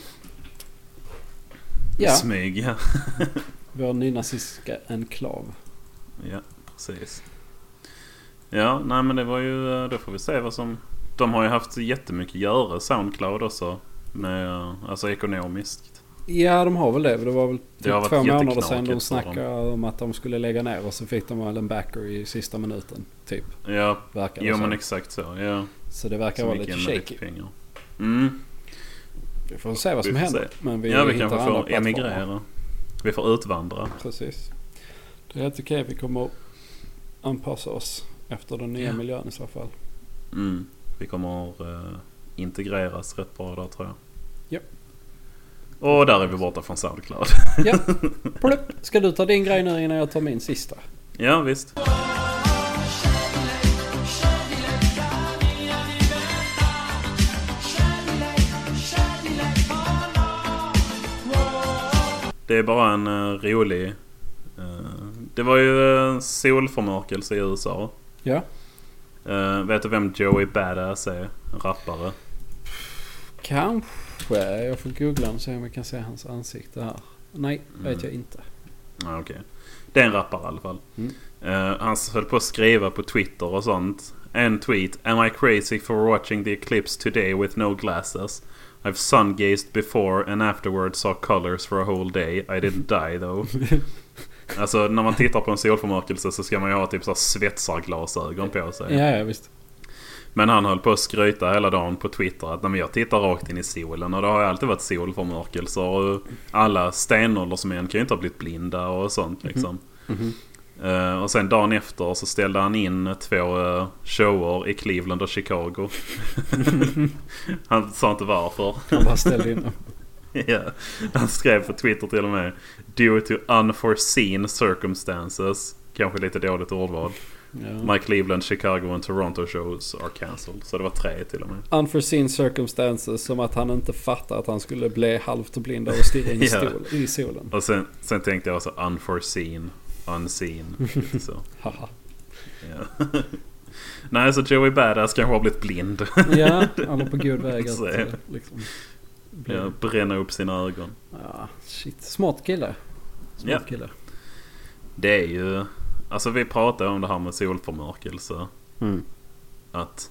ja. Smyg, ja. Vår nynazistiska enklav. Ja, precis. Ja, nej men det var ju, då får vi se vad som... De har ju haft jättemycket att göra, Soundcloud också. Med, alltså ekonomiskt. Ja, de har väl det. Det var väl det har typ två månader sedan de för snackade om att de skulle lägga ner. Och så fick de väl en backer i sista minuten, typ. Ja, verkar jo så. men exakt så. Ja. Så det verkar så vara lite shaky. Mm. Vi får se vad som vi händer. Men vi ja, vi kanske får emigrera. Plattformar. Vi får utvandra. Precis. Det är helt okej. Vi kommer anpassa oss efter den nya ja. miljön i så fall. Mm. Vi kommer uh, integreras rätt bra där, tror jag. Ja. Och där är vi borta från Soundcloud. Ja. Plupp. Ska du ta din grej nu innan jag tar min sista? Ja, visst. Det är bara en uh, rolig... Uh, det var ju uh, solförmörkelse i U S A. Ja. Uh, vet du vem Joey Badass är? En rappare. Kanske. Jag får googla och se om jag kan se hans ansikte här. Nej, vet mm. jag inte. Ah, okej. Okay. Det är en rappare i alla fall. Mm. Uh, han höll på att skriva på Twitter och sånt. En tweet. Am I crazy for watching the eclipse today with no glasses? I've sun-gazed before and afterwards saw colors for a whole day. I didn't die though. Alltså när man tittar på en solförmörkelse så ska man ju ha typ så här svetsarglasögon på sig. Ja, ja, visst. Men han höll på att skryta hela dagen på Twitter att när jag tittar rakt in i solen, och det har ju alltid varit solförmörkelser och alla stenåldersmän kan ju inte ha blivit blinda och sånt liksom. Mm-hmm. Mm-hmm. Uh, och sen dagen efter så ställde han in två uh, shower i Cleveland och Chicago. Han sa inte varför. Han bara ställde in dem. Ja, han skrev på Twitter till och med due to unforeseen circumstances. Kanske lite dåligt ordval. Ja. My Cleveland, Chicago and Toronto shows are cancelled. Så det var tre till och med. Unforeseen circumstances, som att han inte fattar att han skulle bli halvt blind och stirra in i, ja. stol, i solen. Och sen, sen tänkte jag också unforeseen, unseen. Lite så. Haha. Ja. Nej, så Joey Badass kanske har blivit blind. Ja, han är på god väg att liksom, ja, bränna upp sina ögon. Ja, shit. Smart kille. Smart ja. kille. Det är ju... Alltså vi pratade om det här med solförmörkelse. Mm. Att...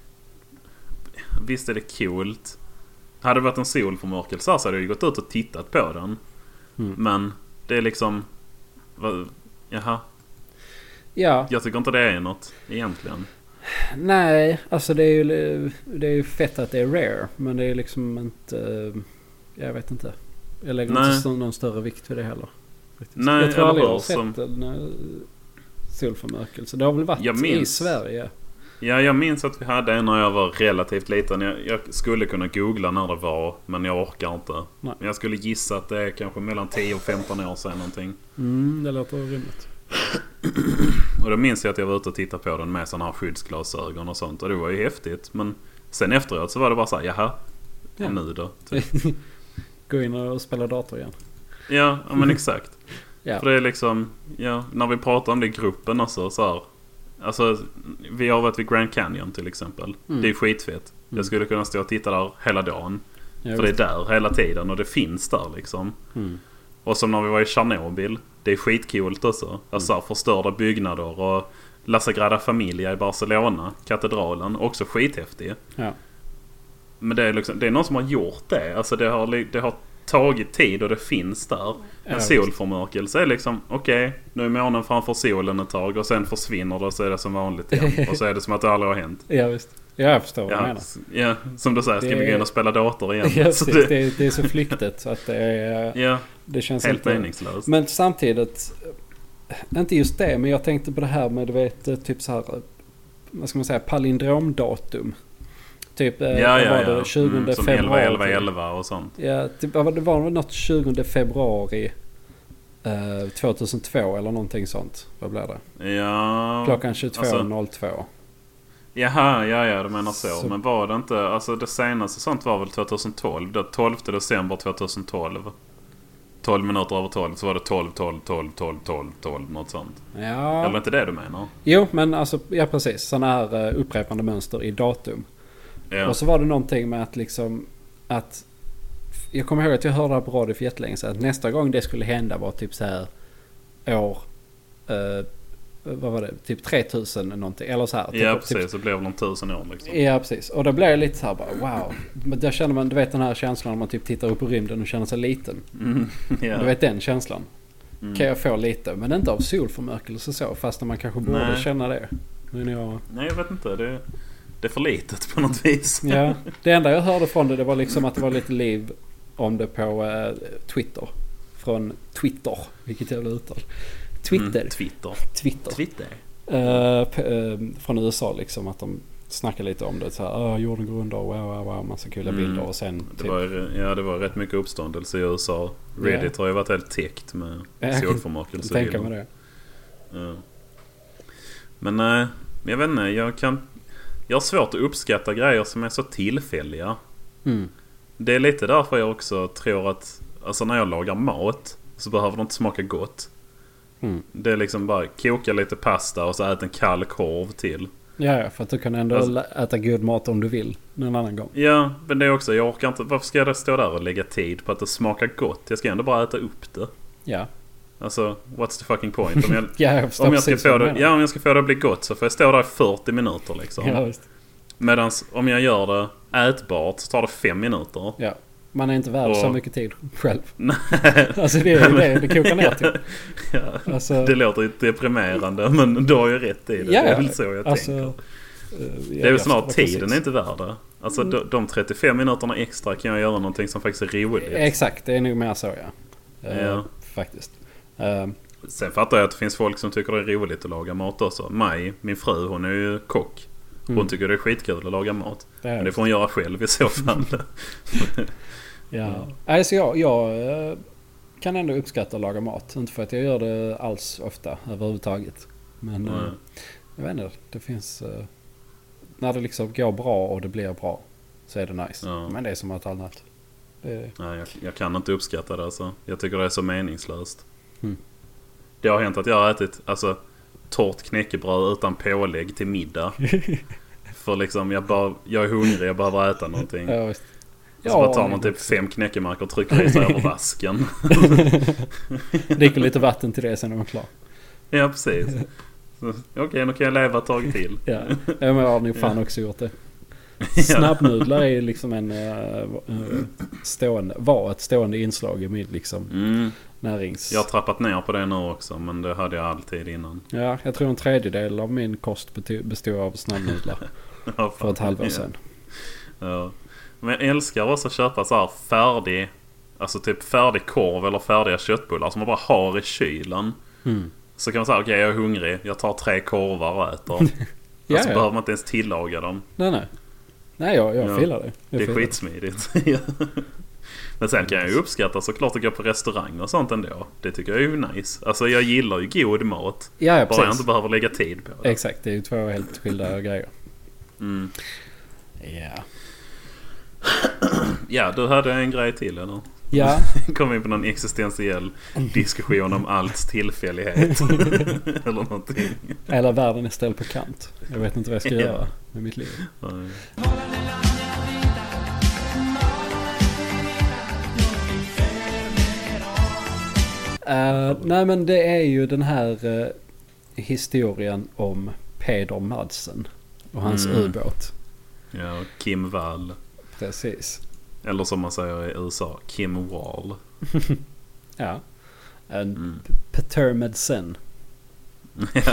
Visst är det coolt. Hade det varit en solförmörkelse så hade jag ju gått ut och tittat på den. Mm. Men det är liksom... Vad, jaha. Ja. Jag tycker inte det är något egentligen. Nej, alltså det är ju, det är ju fett att det är rare. Men det är liksom inte... Jag vet inte. Jag lägger Nej. inte någon större vikt vid det heller. Nej, jag tror aldrig jag har som... sett en solförmörkelse. Det har väl varit minns, i Sverige. Ja, jag minns att vi hade en när jag var relativt liten. Jag, jag skulle kunna googla när det var, men jag orkar inte. Nej. Men jag skulle gissa att det är kanske mellan tio och femton år sedan någonting. Mm, det låter rimligt. Och då minns jag att jag var ute och tittade på den med sådana här skyddsglasögon och sånt. Och det var ju häftigt. Men sen efteråt så var det bara så här, jaha, ja. nu då? Typ. Gå in och spela dator igen. Ja, men exakt. Ja. För det är liksom, ja, när vi pratar om det i gruppen också, så här, alltså, vi har varit vid Grand Canyon till exempel. Mm. Det är skitfett. Mm. Jag skulle kunna stå och titta där hela dagen. Jag för vet. det är där hela tiden och det finns där liksom. Mm. Och som när vi var i Tjernobyl, det är skitcoolt också. Alltså mm. förstörda byggnader och La Sagrada Familia i Barcelona, katedralen, också skithäftig. Ja. Men det är, liksom, det är någon som har gjort det. Alltså det har, det har tagit tid och det finns där. En ja, solförmörkelse är liksom, okej, okay, nu är månen framför solen ett tag och sen försvinner det och så är det som vanligt igen. Och så är det som att det aldrig har hänt. Ja, visst. Ja, jag förstår vad ja, du menar. Ja, som du säger, ska det vi gå in och spela dator igen? Ja, så det... Det, det är så flyktigt så att det är... Ja, det känns helt inte... meningslöst. Men samtidigt, inte just det, men jag tänkte på det här med, du vet, typ så här, vad ska man säga, palindromdatum. Typ, ja, vad ja, var det, ja. tjugonde Mm, som februari. elva elva elva och sånt. Ja, typ, det var något tjugonde februari Uh, tjugohundratvå eller någonting sånt. Vad blir det? Ja. Klockan tjugotvå noll två. Alltså, jaha, ja, ja, du menar så. så. Men var det inte... Alltså det senaste sånt var väl tjugotolv? Det tolfte december tjugotolv. tolv minuter över tolv så var det tolv, tolv, tolv, tolv, tolv, tolv, något sånt. Ja. Eller inte det du menar? Jo, men alltså, ja precis. Sådana här uh, upprepande mönster i datum. Ja. Och så var det någonting med att liksom... Att... Jag kommer ihåg att jag hörde det här på radio för jättelänge så att nästa gång det skulle hända var typ så här år... Uh, vad var det? Typ tre tusen någonting. Eller så här. Typ, Ja, precis. typ, så blev det om tusen år liksom. Ja, precis. Och då blev jag lite så här bara, wow. Men där känner man, du vet den här känslan när man typ tittar upp i rymden och känner sig liten. Mm, yeah. Du vet den känslan. Mm. Kan jag få lite. Men inte av solförmörkelse så. Fast man kanske borde Nej. känna det. Men jag... Nej, jag vet inte. Det, det är för litet på något vis. Ja. Det enda jag hörde från det, det var liksom att det var lite liv om det på uh, Twitter. Från Twitter. Vilket jävla uttal. Twitter. Mm, Twitter. Twitter. Twitter. Uh, p- uh, från U S A liksom. Att de snackar lite om det. Så här, uh, jorden går under. Wow, wow, wow. Massa kul Mm. bilder. Och sen Det typ... var, ja, det var rätt mycket uppståndelse i U S A. Reddit Ja. har ju varit helt täckt med solförmörkelse. Jag tänker mig det. Ja. Men nej, jag vet inte. Jag kan... Jag har svårt att uppskatta grejer som är så tillfälliga. Mm. Det är lite därför jag också tror att... Alltså när jag lagar mat så behöver det inte smaka gott. Mm. Det är liksom bara koka lite pasta och så äta en kall korv till. Ja, ja, för att du kan ändå Alltså- äta god mat om du vill någon annan gång. Ja, men det är också... Jag orkar inte... Varför ska jag stå där och lägga tid på att det smakar gott? Jag ska ändå bara äta upp det. Ja, Alltså, what's the fucking point? Om jag, ja jag förstår om jag, ska, precis få vad du det, menar. ja, om jag ska få det att bli gott så får jag stå där i fyrtio minuter liksom. Ja, visst. Medan om jag gör det ätbart så tar det fem minuter. Ja. Man är inte värd Och- så mycket tid själv. Nej. Alltså det är ju det det kokar ner till. Ja, Alltså, det låter ju deprimerande, men du har ju rätt i det. Ja, Det är ja. väl så jag alltså, tänker. eh, Det jag- är jag väl snart förstår tiden precis. är inte värd det. Alltså Mm. de, de trettiofem minuterna extra kan jag göra någonting som faktiskt är roligt. Exakt, det är nog mer så ja. Eh, Ja. Faktiskt. Eh, Sen fattar jag att det finns folk som tycker det är roligt att laga mat också. Maj, min fru, hon är ju kock. Hon mm, tycker det är skitkul att laga mat. det Men är det får hon göra själv i så fall. Ja. Alltså jag, jag eh, kan ändå uppskatta att laga mat. Inte för att jag gör det alls ofta överhuvudtaget. Men eh, Nej. jag vet inte, det finns... eh, när det liksom går bra och det blir bra så är det nice. Ja. Men det är som allt annat. Det är, Nej, jag, jag kan inte uppskatta det alltså. Jag tycker det är så meningslöst. Mm. Det har hänt att jag har ätit alltså, torrt knäckebröd utan pålägg till middag. För liksom, jag, bara, jag är hungrig, jag behöver äta någonting. ja, visst. Så bara tar man typ fem knäckemackor och trycker i sig över vasken. Dricker lite vatten till det sen är man klar. Ja, precis. Så, Okej, nu kan jag leva ett tag till. Ja, ja men jag har nog fan också gjort det. Snabbnudlar är ju liksom en uh, uh, stående, var ett stående inslag i min liksom Mm. närings... Jag har trappat ner på det nu också, men det hade jag alltid innan. Ja, jag tror en tredjedel av min kost beto- bestod av snabbnudlar Ja, fan. för ett halvår Ja. sedan. Ja. Men jag älskar också att köpa så här färdig, alltså typ färdig korv eller färdiga köttbullar som man bara har i kylen. Mm. Så kan man säga, okej jag är hungrig, jag tar tre korvar och äter. Ja, alltså ja. behöver man inte ens tillaga dem. Nej, nej. Nej, jag, jag Ja. filar det. Jag Det är filar skitsmidigt. Ja. Men sen kan jag ju uppskatta såklart att gå på restaurang och sånt ändå. Det tycker jag är ju nice. Alltså jag gillar ju god mat. Ja, ja, Bara jag precis. inte behöver lägga tid på det. Exakt, det är ju två helt skilda grejer. Mm. Ja. Ja, du hade en grej till eller? Ja, Kom in på någon existentiell diskussion om allt tillfällighet. Eller någonting. hela världen är ställd på kant. Jag vet inte vad jag ska Ja. göra med mitt liv. Nej. Uh, nej men det är ju den här uh, historien om Peder Madsen och hans Mm. ubåt. Ja, Kim Wall. Precis. Eller som man säger i U S A, Kim Wall. Ja. En Mm. Peter Madsen. Ja.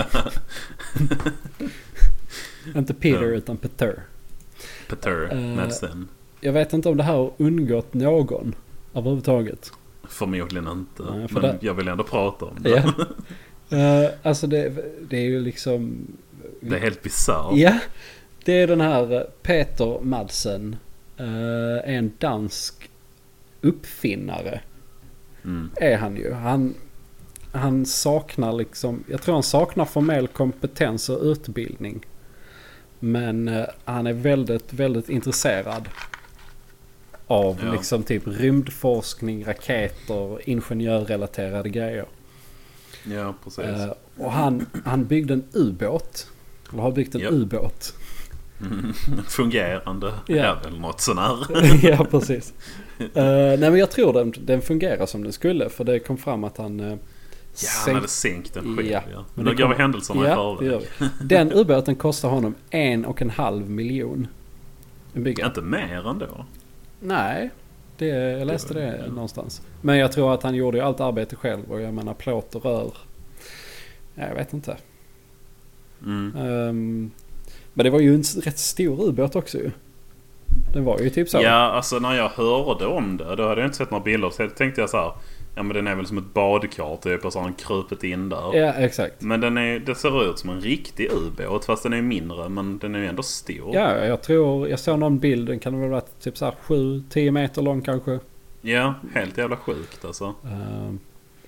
Inte Peter Ja. utan Peter. Peter Eh, Madsen. Jag vet inte om det här har undgått någon överhuvudtaget. Förmodligen inte. Nej, för men det- jag vill ändå prata om det. Ja. Uh, alltså det, det är ju liksom... Det är helt bisarrt. Ja, det är den här Peter Madsen. Uh, en dansk uppfinnare Mm. är han ju. Han han saknar liksom, jag tror han saknar formell kompetens och utbildning. Men uh, han är väldigt, väldigt intresserad av ja. liksom typ rymdforskning, raketer, ingenjörrelaterade grejer. Ja, precis. Uh, och han, han byggde en ubåt. Eller har byggt en yep. ubåt. Mm, fungerande. Ja. Eller något sån här. Ja, precis. Uh, nej, men jag tror den, den fungerar som den skulle. För det kom fram att han... Uh, ja, sänk... han hade sänkt den själv. Ja. Ja. Men då går vi händelserna ja, i förväg. Den ubåten kostar honom en och en halv miljon. Inte mer ändå. Nej, det, jag läste det, det någonstans. Men jag tror att han gjorde ju allt arbete själv. Och jag menar plåt och rör. Jag vet inte. Mm. Um, men det var ju en rätt stor ubåt också ju. Den var ju typ så. Ja, alltså när jag hörde om det, då hade jag inte sett några bilder. Så tänkte jag så här, ja men den är väl som ett badkar typ, och så har han krupit in där. Ja, exakt. Men den är, det ser ut som en riktig ubåt, fast den är mindre, men den är ju ändå stor. Ja, jag tror, jag såg någon bild, den kan det väl vara typ så här sju till tio meter lång kanske. Ja, helt jävla sjukt alltså. Um,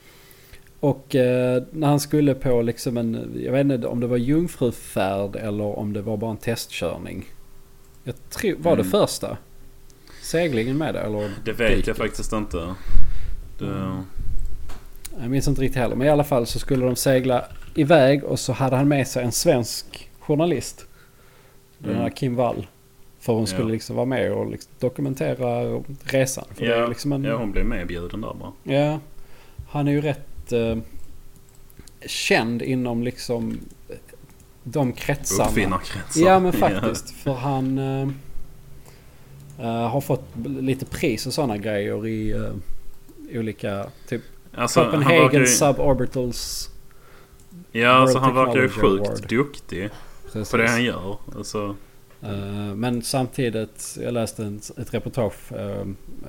och uh, när han skulle på liksom en, jag vet inte om det var jungfrufärd eller om det var bara en testkörning. Jag tror, var det mm. första seglingen med det? Eller det vet diket? Jag faktiskt inte. Det... Mm. Jag minns inte riktigt heller. Men i alla fall så skulle de segla iväg och så hade han med sig en svensk journalist. Den här mm. Kim Wall. För hon skulle ja. liksom vara med och liksom dokumentera resan. För ja. det är liksom en... ja, hon blev medbjuden där bara. Ja, han är ju rätt eh, känd inom liksom de kretsarna. Uppfinnarkretsar. Ja, men faktiskt. För han eh, uh, har fått lite pris och sådana grejer i uh, olika typ alltså, Copenhagen ju... Suborbitals. Ja, alltså han verkar ju sjukt Award. Duktig Precis. På det han gör. Alltså. Uh, men samtidigt, jag läste en, ett reportage uh,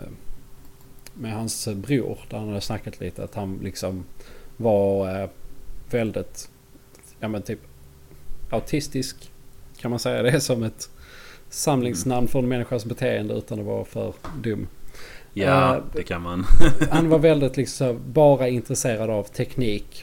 med hans bror där han hade snackat lite att han liksom var uh, väldigt, ja men typ autistisk, kan man säga det som ett samlingsnamn för en människas beteende utan att vara för dum. Ja, uh, det kan man. Han var väldigt liksom bara intresserad av teknik.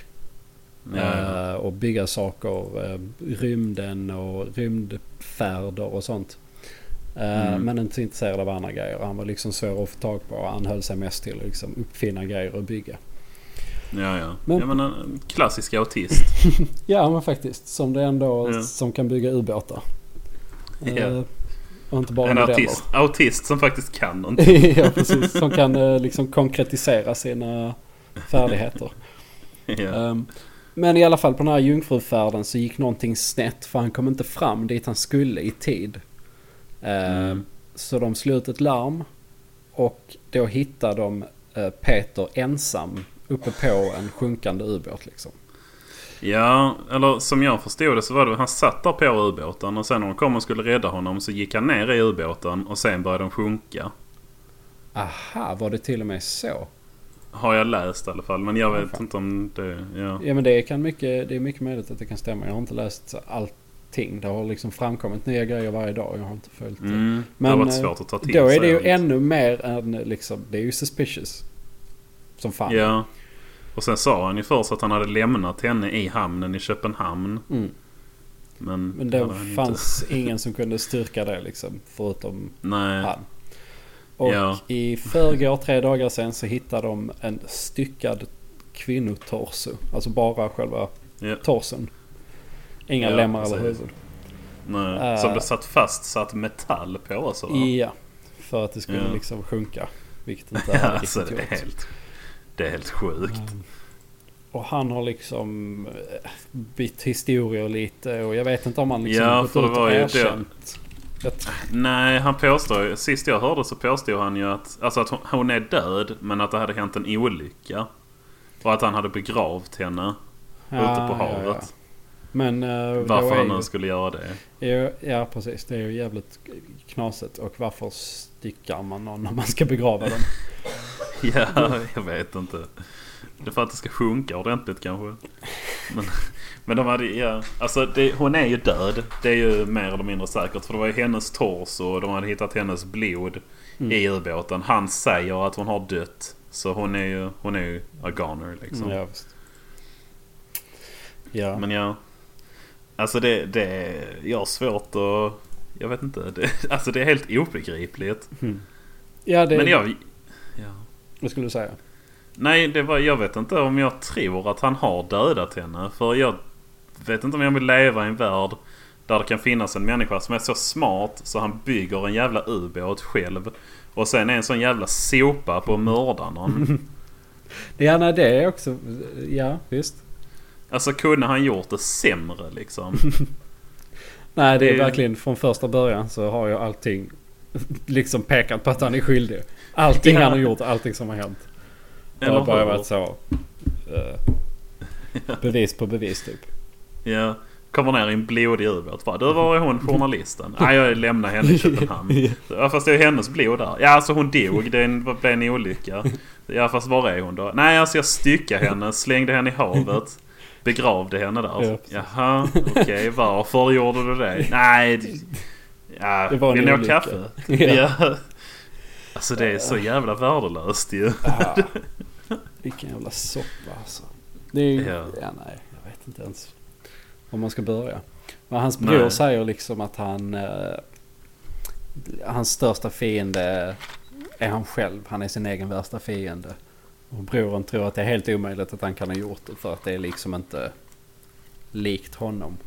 Ja. Uh, och bygga saker, uh, rymden och rymdfärder och sånt. Uh, mm. Men inte intresserad av andra grejer. Han var liksom svår att få tag på. Han höll sig mest till att liksom uppfinna grejer och bygga. Ja, ja. Men, jag menar, en klassisk autist. Ja, men faktiskt. Som det ändå ja. Som kan bygga ubåtar. Uh, ja. Och inte bara en autist, autist som faktiskt kan någonting. Ja, precis. Som kan uh, liksom konkretisera sina färdigheter. Ja. Um, Men i alla fall på den här jungfrufärden så gick någonting snett för han kom inte fram dit han skulle i tid. Mm. Uh, så de slog ut ett larm och då hittade de uh, Peter ensam uppe på en sjunkande ubåt liksom. Ja, eller som jag förstod det så var det han satt där på ubåten och sen när de kom och skulle rädda honom så gick han ner i ubåten och sen började den sjunka. Aha, var det till och med så? Har jag läst i alla fall, men jag vet ja, inte om det... Ja, ja men det, kan mycket, det är mycket möjligt att det kan stämma. Jag har inte läst allting. Det har liksom framkommit nya grejer varje dag. Jag har inte följt det. Mm, men det har varit svårt att ta till då sig. är det ju ännu mer än liksom... Det är ju suspicious. Som fan. Ja. Och sen sa han ju först att han hade lämnat henne i hamnen i Köpenhamn. Mm. Men, men det fanns inte. Ingen som kunde styrka det liksom. Förutom Nej. han. Och ja. I förrgår, tre dagar sedan, så hittade de en styckad kvinnotorso. Alltså bara själva ja. torsen. Inga ja, lemmar eller huvud. Nej. Uh, som det satt fast satt metall på och så. Ja, för att det skulle ja. liksom sjunka. Vilket inte ja, är alltså, riktigt det är helt, det är helt sjukt. Um, och han har liksom bytt historier lite. Och jag vet inte om han liksom ja, gått för det ut var och ju erkänt. Det. Nej, han påstår, sist jag hörde så påstod han ju att, alltså att hon är död men att det hade hänt en olycka. Och att han hade begravt henne ja, ute på havet. Ja, ja. Men, uh, varför han nu skulle göra det. Ju, ja, precis. Det är ju jävligt knasigt. Och varför styckar man någon när man ska begrava dem? Ja, jag vet inte. Det är för att det ska sjunka ordentligt kanske. Men, men de hade, ja, alltså det, hon är ju död. Det är ju mer eller mindre säkert. För det var ju hennes torso och de hade hittat hennes blod mm. i ubåten. Han säger att hon har dött. Så hon är ju, hon är ju a goner liksom. Ja, visst. Ja. Men ja. Alltså det, det jag har svårt att... Jag vet inte. Det, alltså det är helt obegripligt. Mm. Ja, det... Men jag... Ja. Vad skulle du säga? Nej, det var, jag vet inte om jag tror att han har dödat henne. För jag vet inte om jag vill leva i en värld där det kan finnas en människa som är så smart så han bygger en jävla ubåt själv. Och sen är en sån jävla sopa på mördarna. Ja, nej, det är också... Ja, visst. Alltså kunde han gjort det sämre liksom? Nej, det är det... verkligen från första början så har jag allting liksom pekat på att han är skyldig. Allting ja. han har gjort, allting som har hänt. Det har bara varit så... Uh, bevis på bevis typ. Ja, kommer ner i en blodig ubåt. Du, var är hon journalisten? Nej, jag lämnar henne i Köpenhamn. Ja, fast det är hennes blod där. Ja, alltså hon dog. Det blev en olycka. Ja, fast var är hon då? Nej, alltså jag styckade henne, slängde henne i havet. Begravde henne där. Ja, jaha, okej. Okay, varför gjorde du det? Nej, det, ja, det var vill ni ha kaffe? Ja. Ja. Alltså det är så jävla värdelöst ju. Ja. Vilken jävla soppa alltså. Det är ju, ja. ja, nej, jag vet inte ens om man ska börja. Men hans bror nej. säger liksom att han eh, hans största fiende är han själv. Han är sin egen värsta fiende. Och broren tror att det är helt omöjligt att han kan ha gjort det för att det är liksom inte likt honom.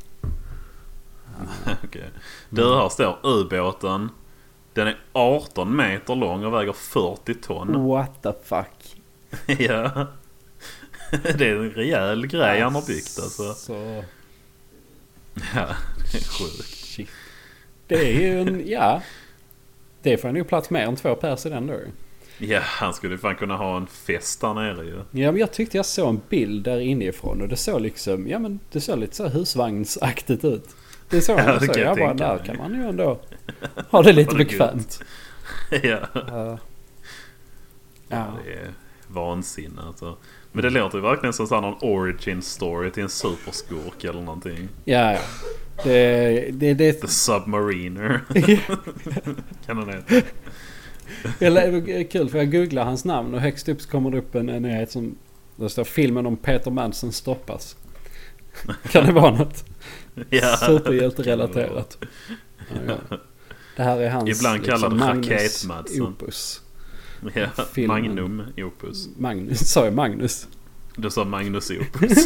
Okej. Okay. Du, här står ubåten. Den är arton meter lång och väger fyrtio ton. What the fuck? Ja. Det är en rejäl grej han har byggt alltså. Så... Ja, det är sjukt. Shit. Det är ju en, ja. Det får nog plats mer än två pers i den då. Ja, han skulle fan kunna ha en fest där nere ju. Ja, men jag tyckte jag såg en bild där inifrån och det såg liksom, ja men det såg lite så husvagnsaktigt ut. Det såg ja, så. Jag bara, där kan man ju ändå ha det lite bekvämt. Ja. Uh, ja. Det är vansinne alltså. Men det låter ju verkligen som sån någon origin story till en superskurk eller någonting. Ja, ja. Det, det, det... The Submariner. Kan den heta. Eller kul för jag googlar hans namn och högst upp så kommer det upp en, en nyhet som det står filmen om Peter Madsen stoppas. Kan det vara något? Ja. Superhjälterelaterat. Ja, ja. Det här är hans ibland liksom, kallar det Raket Madsen. Opus. Ja, filmen. Magnum Opus. Magnus, sa jag Magnus? Du sa Magnus Opus.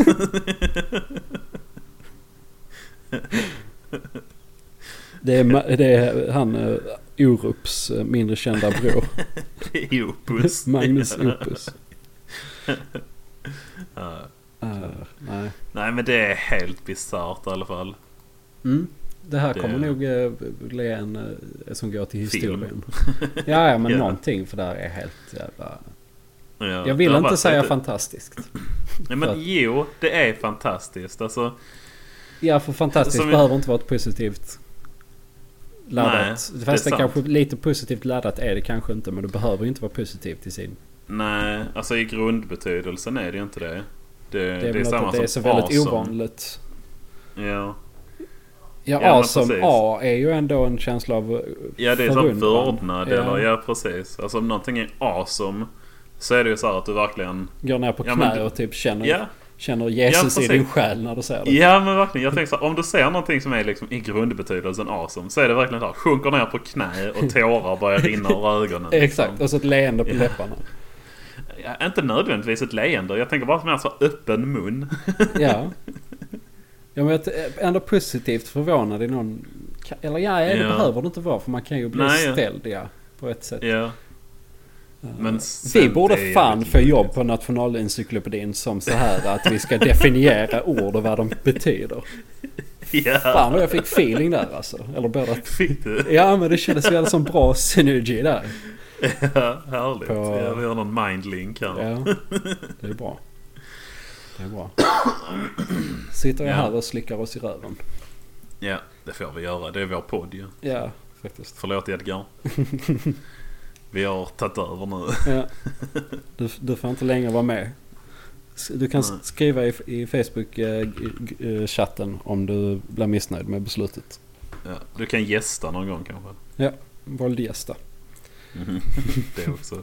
Det är, det är han uh, Orups uh, mindre kända bror. Det är Opus. Magnus Opus. uh. Uh, nej. Nej, men det är helt bisarrt i alla fall. Mm. Det här det... kommer nog uh, bli en uh, som går till historien. ja, ja, men ja. Någonting för det här är helt jävla... Ja, jag vill inte säga lite... fantastiskt. Nej, men att... jo, det är fantastiskt. Alltså... Ja, för fantastiskt som behöver jag... inte vara ett positivt laddat. Nej, fast det, det kanske lite positivt laddat är det kanske inte, men det behöver inte vara positivt i sin. Nej, alltså i grundbetydelsen är det ju inte det. Det, det är, det är samma som det är så väldigt awesome. Ovanligt. Ja. Ja, ja A som A är ju ändå en känsla av ja, det är som vördnad ja. Eller ja, precis. Alltså om någonting är awesome så är det ju så här att du verkligen går ner på ja, knä men... och typ känner ja. Känner Jesus ja, i din själ när du ser det. Ja, men verkligen. Jag tänker så här, om du ser någonting som är liksom i grundbetydelsen awesome så är det verkligen så här, sjunker ner på knä och tårar börjar rinna ur ögonen. Liksom. Exakt, och så ett leende på ja. läpparna. Ja, inte nödvändigtvis ett leende. Jag tänker bara som en så öppen mun. Ja. Ja, men jag är ändå positivt förvånad i någon... Eller ja, det ja. behöver det inte vara för man kan ju bli Nej, ställd ja, på ett sätt. Ja. Men vi borde fan få jobb på Nationalencyklopedin som så här att vi ska definiera ord och vad de betyder. Ja. Fan vad jag fick feeling där alltså. Eller båda. Fick du? Ja, men det kändes väl som bra synergi där. Ja, härligt. På... Ja, vi har någon mindlink här. Ja, det är bra. Det är bra. Sitter jag ja. här och slickar oss i röven. Ja, det får vi göra. Det är vår podd ju. Ja, faktiskt. Förlåt Edgar. Vi har tagit över nu. Ja. Du, du får inte längre vara med. Du kan Nej. skriva i, i Facebook-chatten om du blir missnöjd med beslutet. Ja, du kan gästa någon gång kanske. Ja, våldgästa. Mm, det också.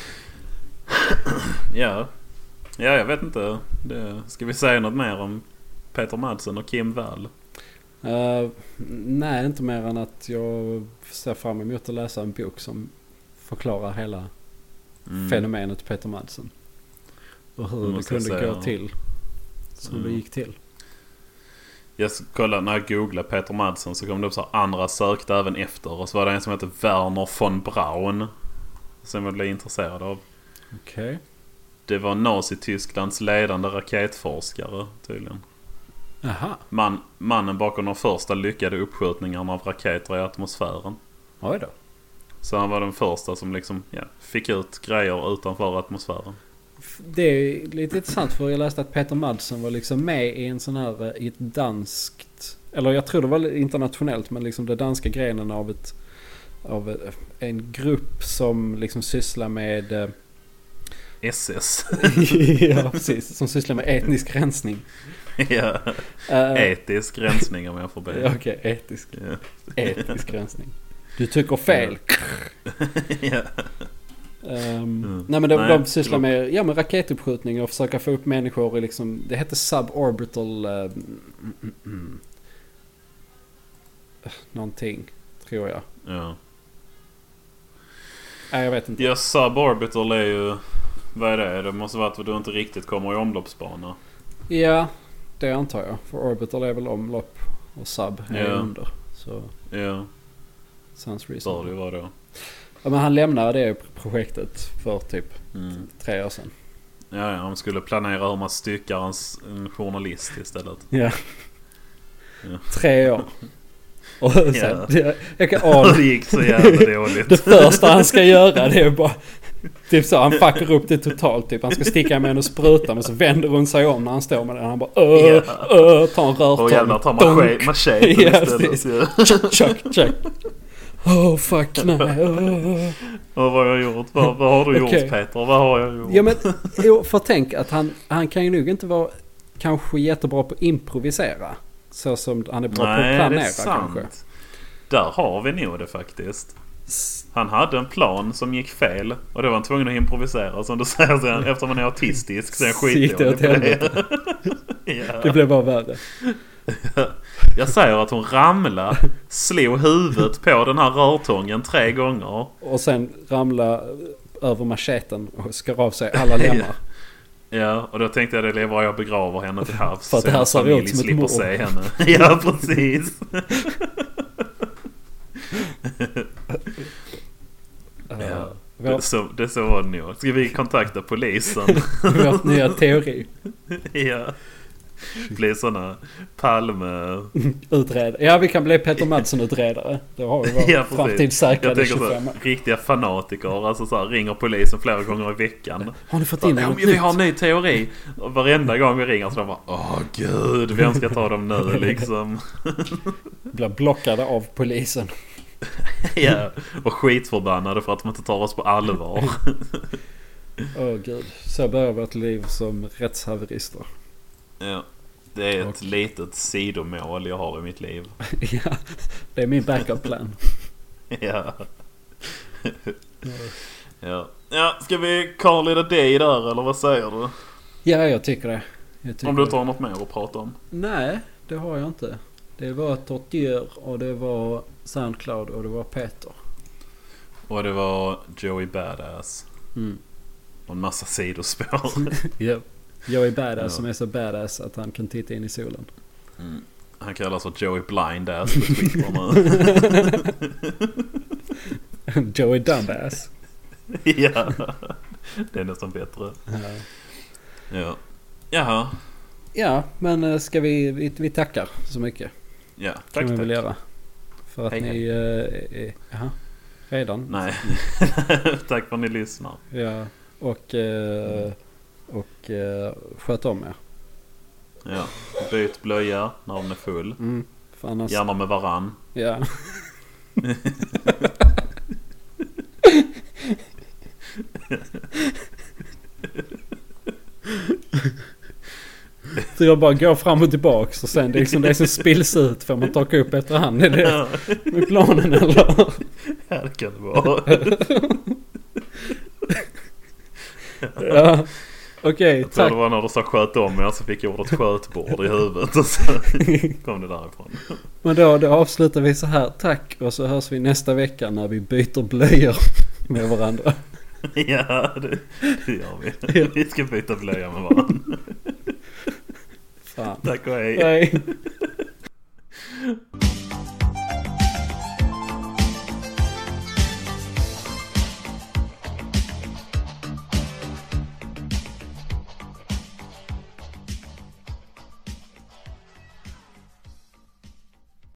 Ja. Ja, jag vet inte. Det, ska vi säga något mer om Peter Madsen och Kim Wall? Uh, nej, inte mer än att jag ser fram emot att läsa en bok som förklarar hela mm. fenomenet Peter Madsen. Och hur det kunde gå till. Som mm. det gick till. Jag kollade, när jag googlade Peter Madsen så kom det upp så här, andra sökte även efter. Och så var det en som heter Werner von Braun. Som jag blev intresserad av. Okej. Okay. Det var Nazi-Tysklands ledande raketforskare tydligen. Aha. Man, mannen bakom de första lyckade uppskjutningarna av raketer i atmosfären. Oj då. Så han var den första som liksom, ja, fick ut grejer utanför atmosfären. Det är lite intressant för jag läste att Peter Madsen var liksom med i en sån här, i ett danskt, eller jag tror det var internationellt, men liksom det danska grenen av ett av en grupp som liksom sysslar med S S. Ja, precis. Som sysslar med etnisk rensning. Ja, uh, etisk rensning om jag får be. Okej, okay, etisk. Yeah. Etisk rensning. Du tycker fel. Ja. Um, mm. Nej men de, nej, de sysslar med, ja, med raketuppskjutning och försöka få upp människor i liksom, det heter suborbital uh, mm, mm, mm. någonting, tror jag. Ja. Nej, jag vet inte. Ja, suborbital är ju, vad är det? Det måste vara att du inte riktigt kommer i omloppsbana. Ja, det antar jag. För orbital är väl omlopp och sub är ja. under. Så ja. Sounds reasonable. Det var då. Ja, men han lämnade det projektet för typ mm. tre år sedan. Ja, ja, han skulle planera hur man styckar en, en journalist istället. Ja. Ja. Tre år. Och sen, ja. jag, jag kan, åh, det gick så jävla dåligt. Det första han ska göra, det är bara typ så, han fuckar upp det totalt typ. Han ska sticka med en och spruta, men så vänder hon sig om när han står med den. Han bara öh, yeah. öh, tar en rörtång. Och jävlar tar man machete istället. Chuck, chuck, chuck. Oh fuck, nej. Oh. Och vad har jag gjort? Vad, vad har du okay. gjort, Peter? Vad har jag gjort? Ja, men jo, för tänk att han, han kan ju nog inte vara kanske jättebra på att improvisera. Så som han är bra nej, på att planera det är sant. Kanske. Där har vi nog det faktiskt. Han hade en plan som gick fel och då var han tvungen att improvisera. Som du säger sen, efter man är autistisk så är skit det åt helvete. Ja. Det blev bara värre. Jag säger att hon ramlade, slog huvudet på den här rörtången tre gånger. Och sen ramla över macheten och skar av sig alla lemmar. Ja, och då tänkte jag det är bara jag begraver henne till havs. För att det här ser ut som ett mord. Se henne. Ja, precis. Ja. Det, så, det så var det nog. Ska vi kontakta polisen? Vår nya teori. Ja. Bli såna Palme utredare. Ja, vi kan bli Peter Madsen-utredare. Det har vi vår ja, framtid säkrade tjugofem år. Riktiga fanatiker. Alltså så här, ringer polisen flera gånger i veckan. Har ni fått in något nytt? Vi har en ny teori. Och varenda gång vi ringer så de bara, åh gud, vem ska ta dem nu liksom? Blir blockade av polisen. Ja, och skitförbannade för att de inte tar oss på allvar. Åh oh, gud, så börjar vårt liv som rättshaverister. Ja, det är ett och litet sidomål jag har i mitt liv. Ja, det är min backup-plan. Ja. Ja. Ja, ska vi call it a day där, eller vad säger du? Ja, jag tycker det. Jag tycker Om du inte har något mer att prata om. Nej, det har jag inte. Det var Tortyr och det var Soundcloud och det var Peter. Och det var Joey Badass. Mm. Och en massa sidospår. Ja. Joey Badass ja. Som är så badass att han kan titta in i solen. Mm. Han kallas för Joey Blindass på Twitter nu. Joey Dumbass. Ja, det är nästan bättre. Ja. Ja. Jaha. Ja, men ska vi, vi, vi tackar så mycket. Ja, tack, kan vi tack. väl göra. För att hej, ni hej. Äh, är, jaha, redan. Nej, tack för att ni lyssnar. Ja, och äh, mm. och äh, sköt om er. Ja, byt blöja när den är full. Mm, för annars... Gärna med varann. Ja. Så jag bara går fram och tillbaks och sen det är liksom det som spills ut för man tar upp efterhand. Är det med planen eller? Ja, det kan det vara. Ja. Okej, Jag tror tack. det var när du sa sköt om mig så fick jag ordet skötbord i huvudet och så kom det därifrån. Men då, då avslutar vi så här. Tack, och så hörs vi nästa vecka när vi byter blöjor med varandra. Ja, det, det gör vi. Ja. Vi ska byta blöja med varandra. Fan. Tack och hej. Hej.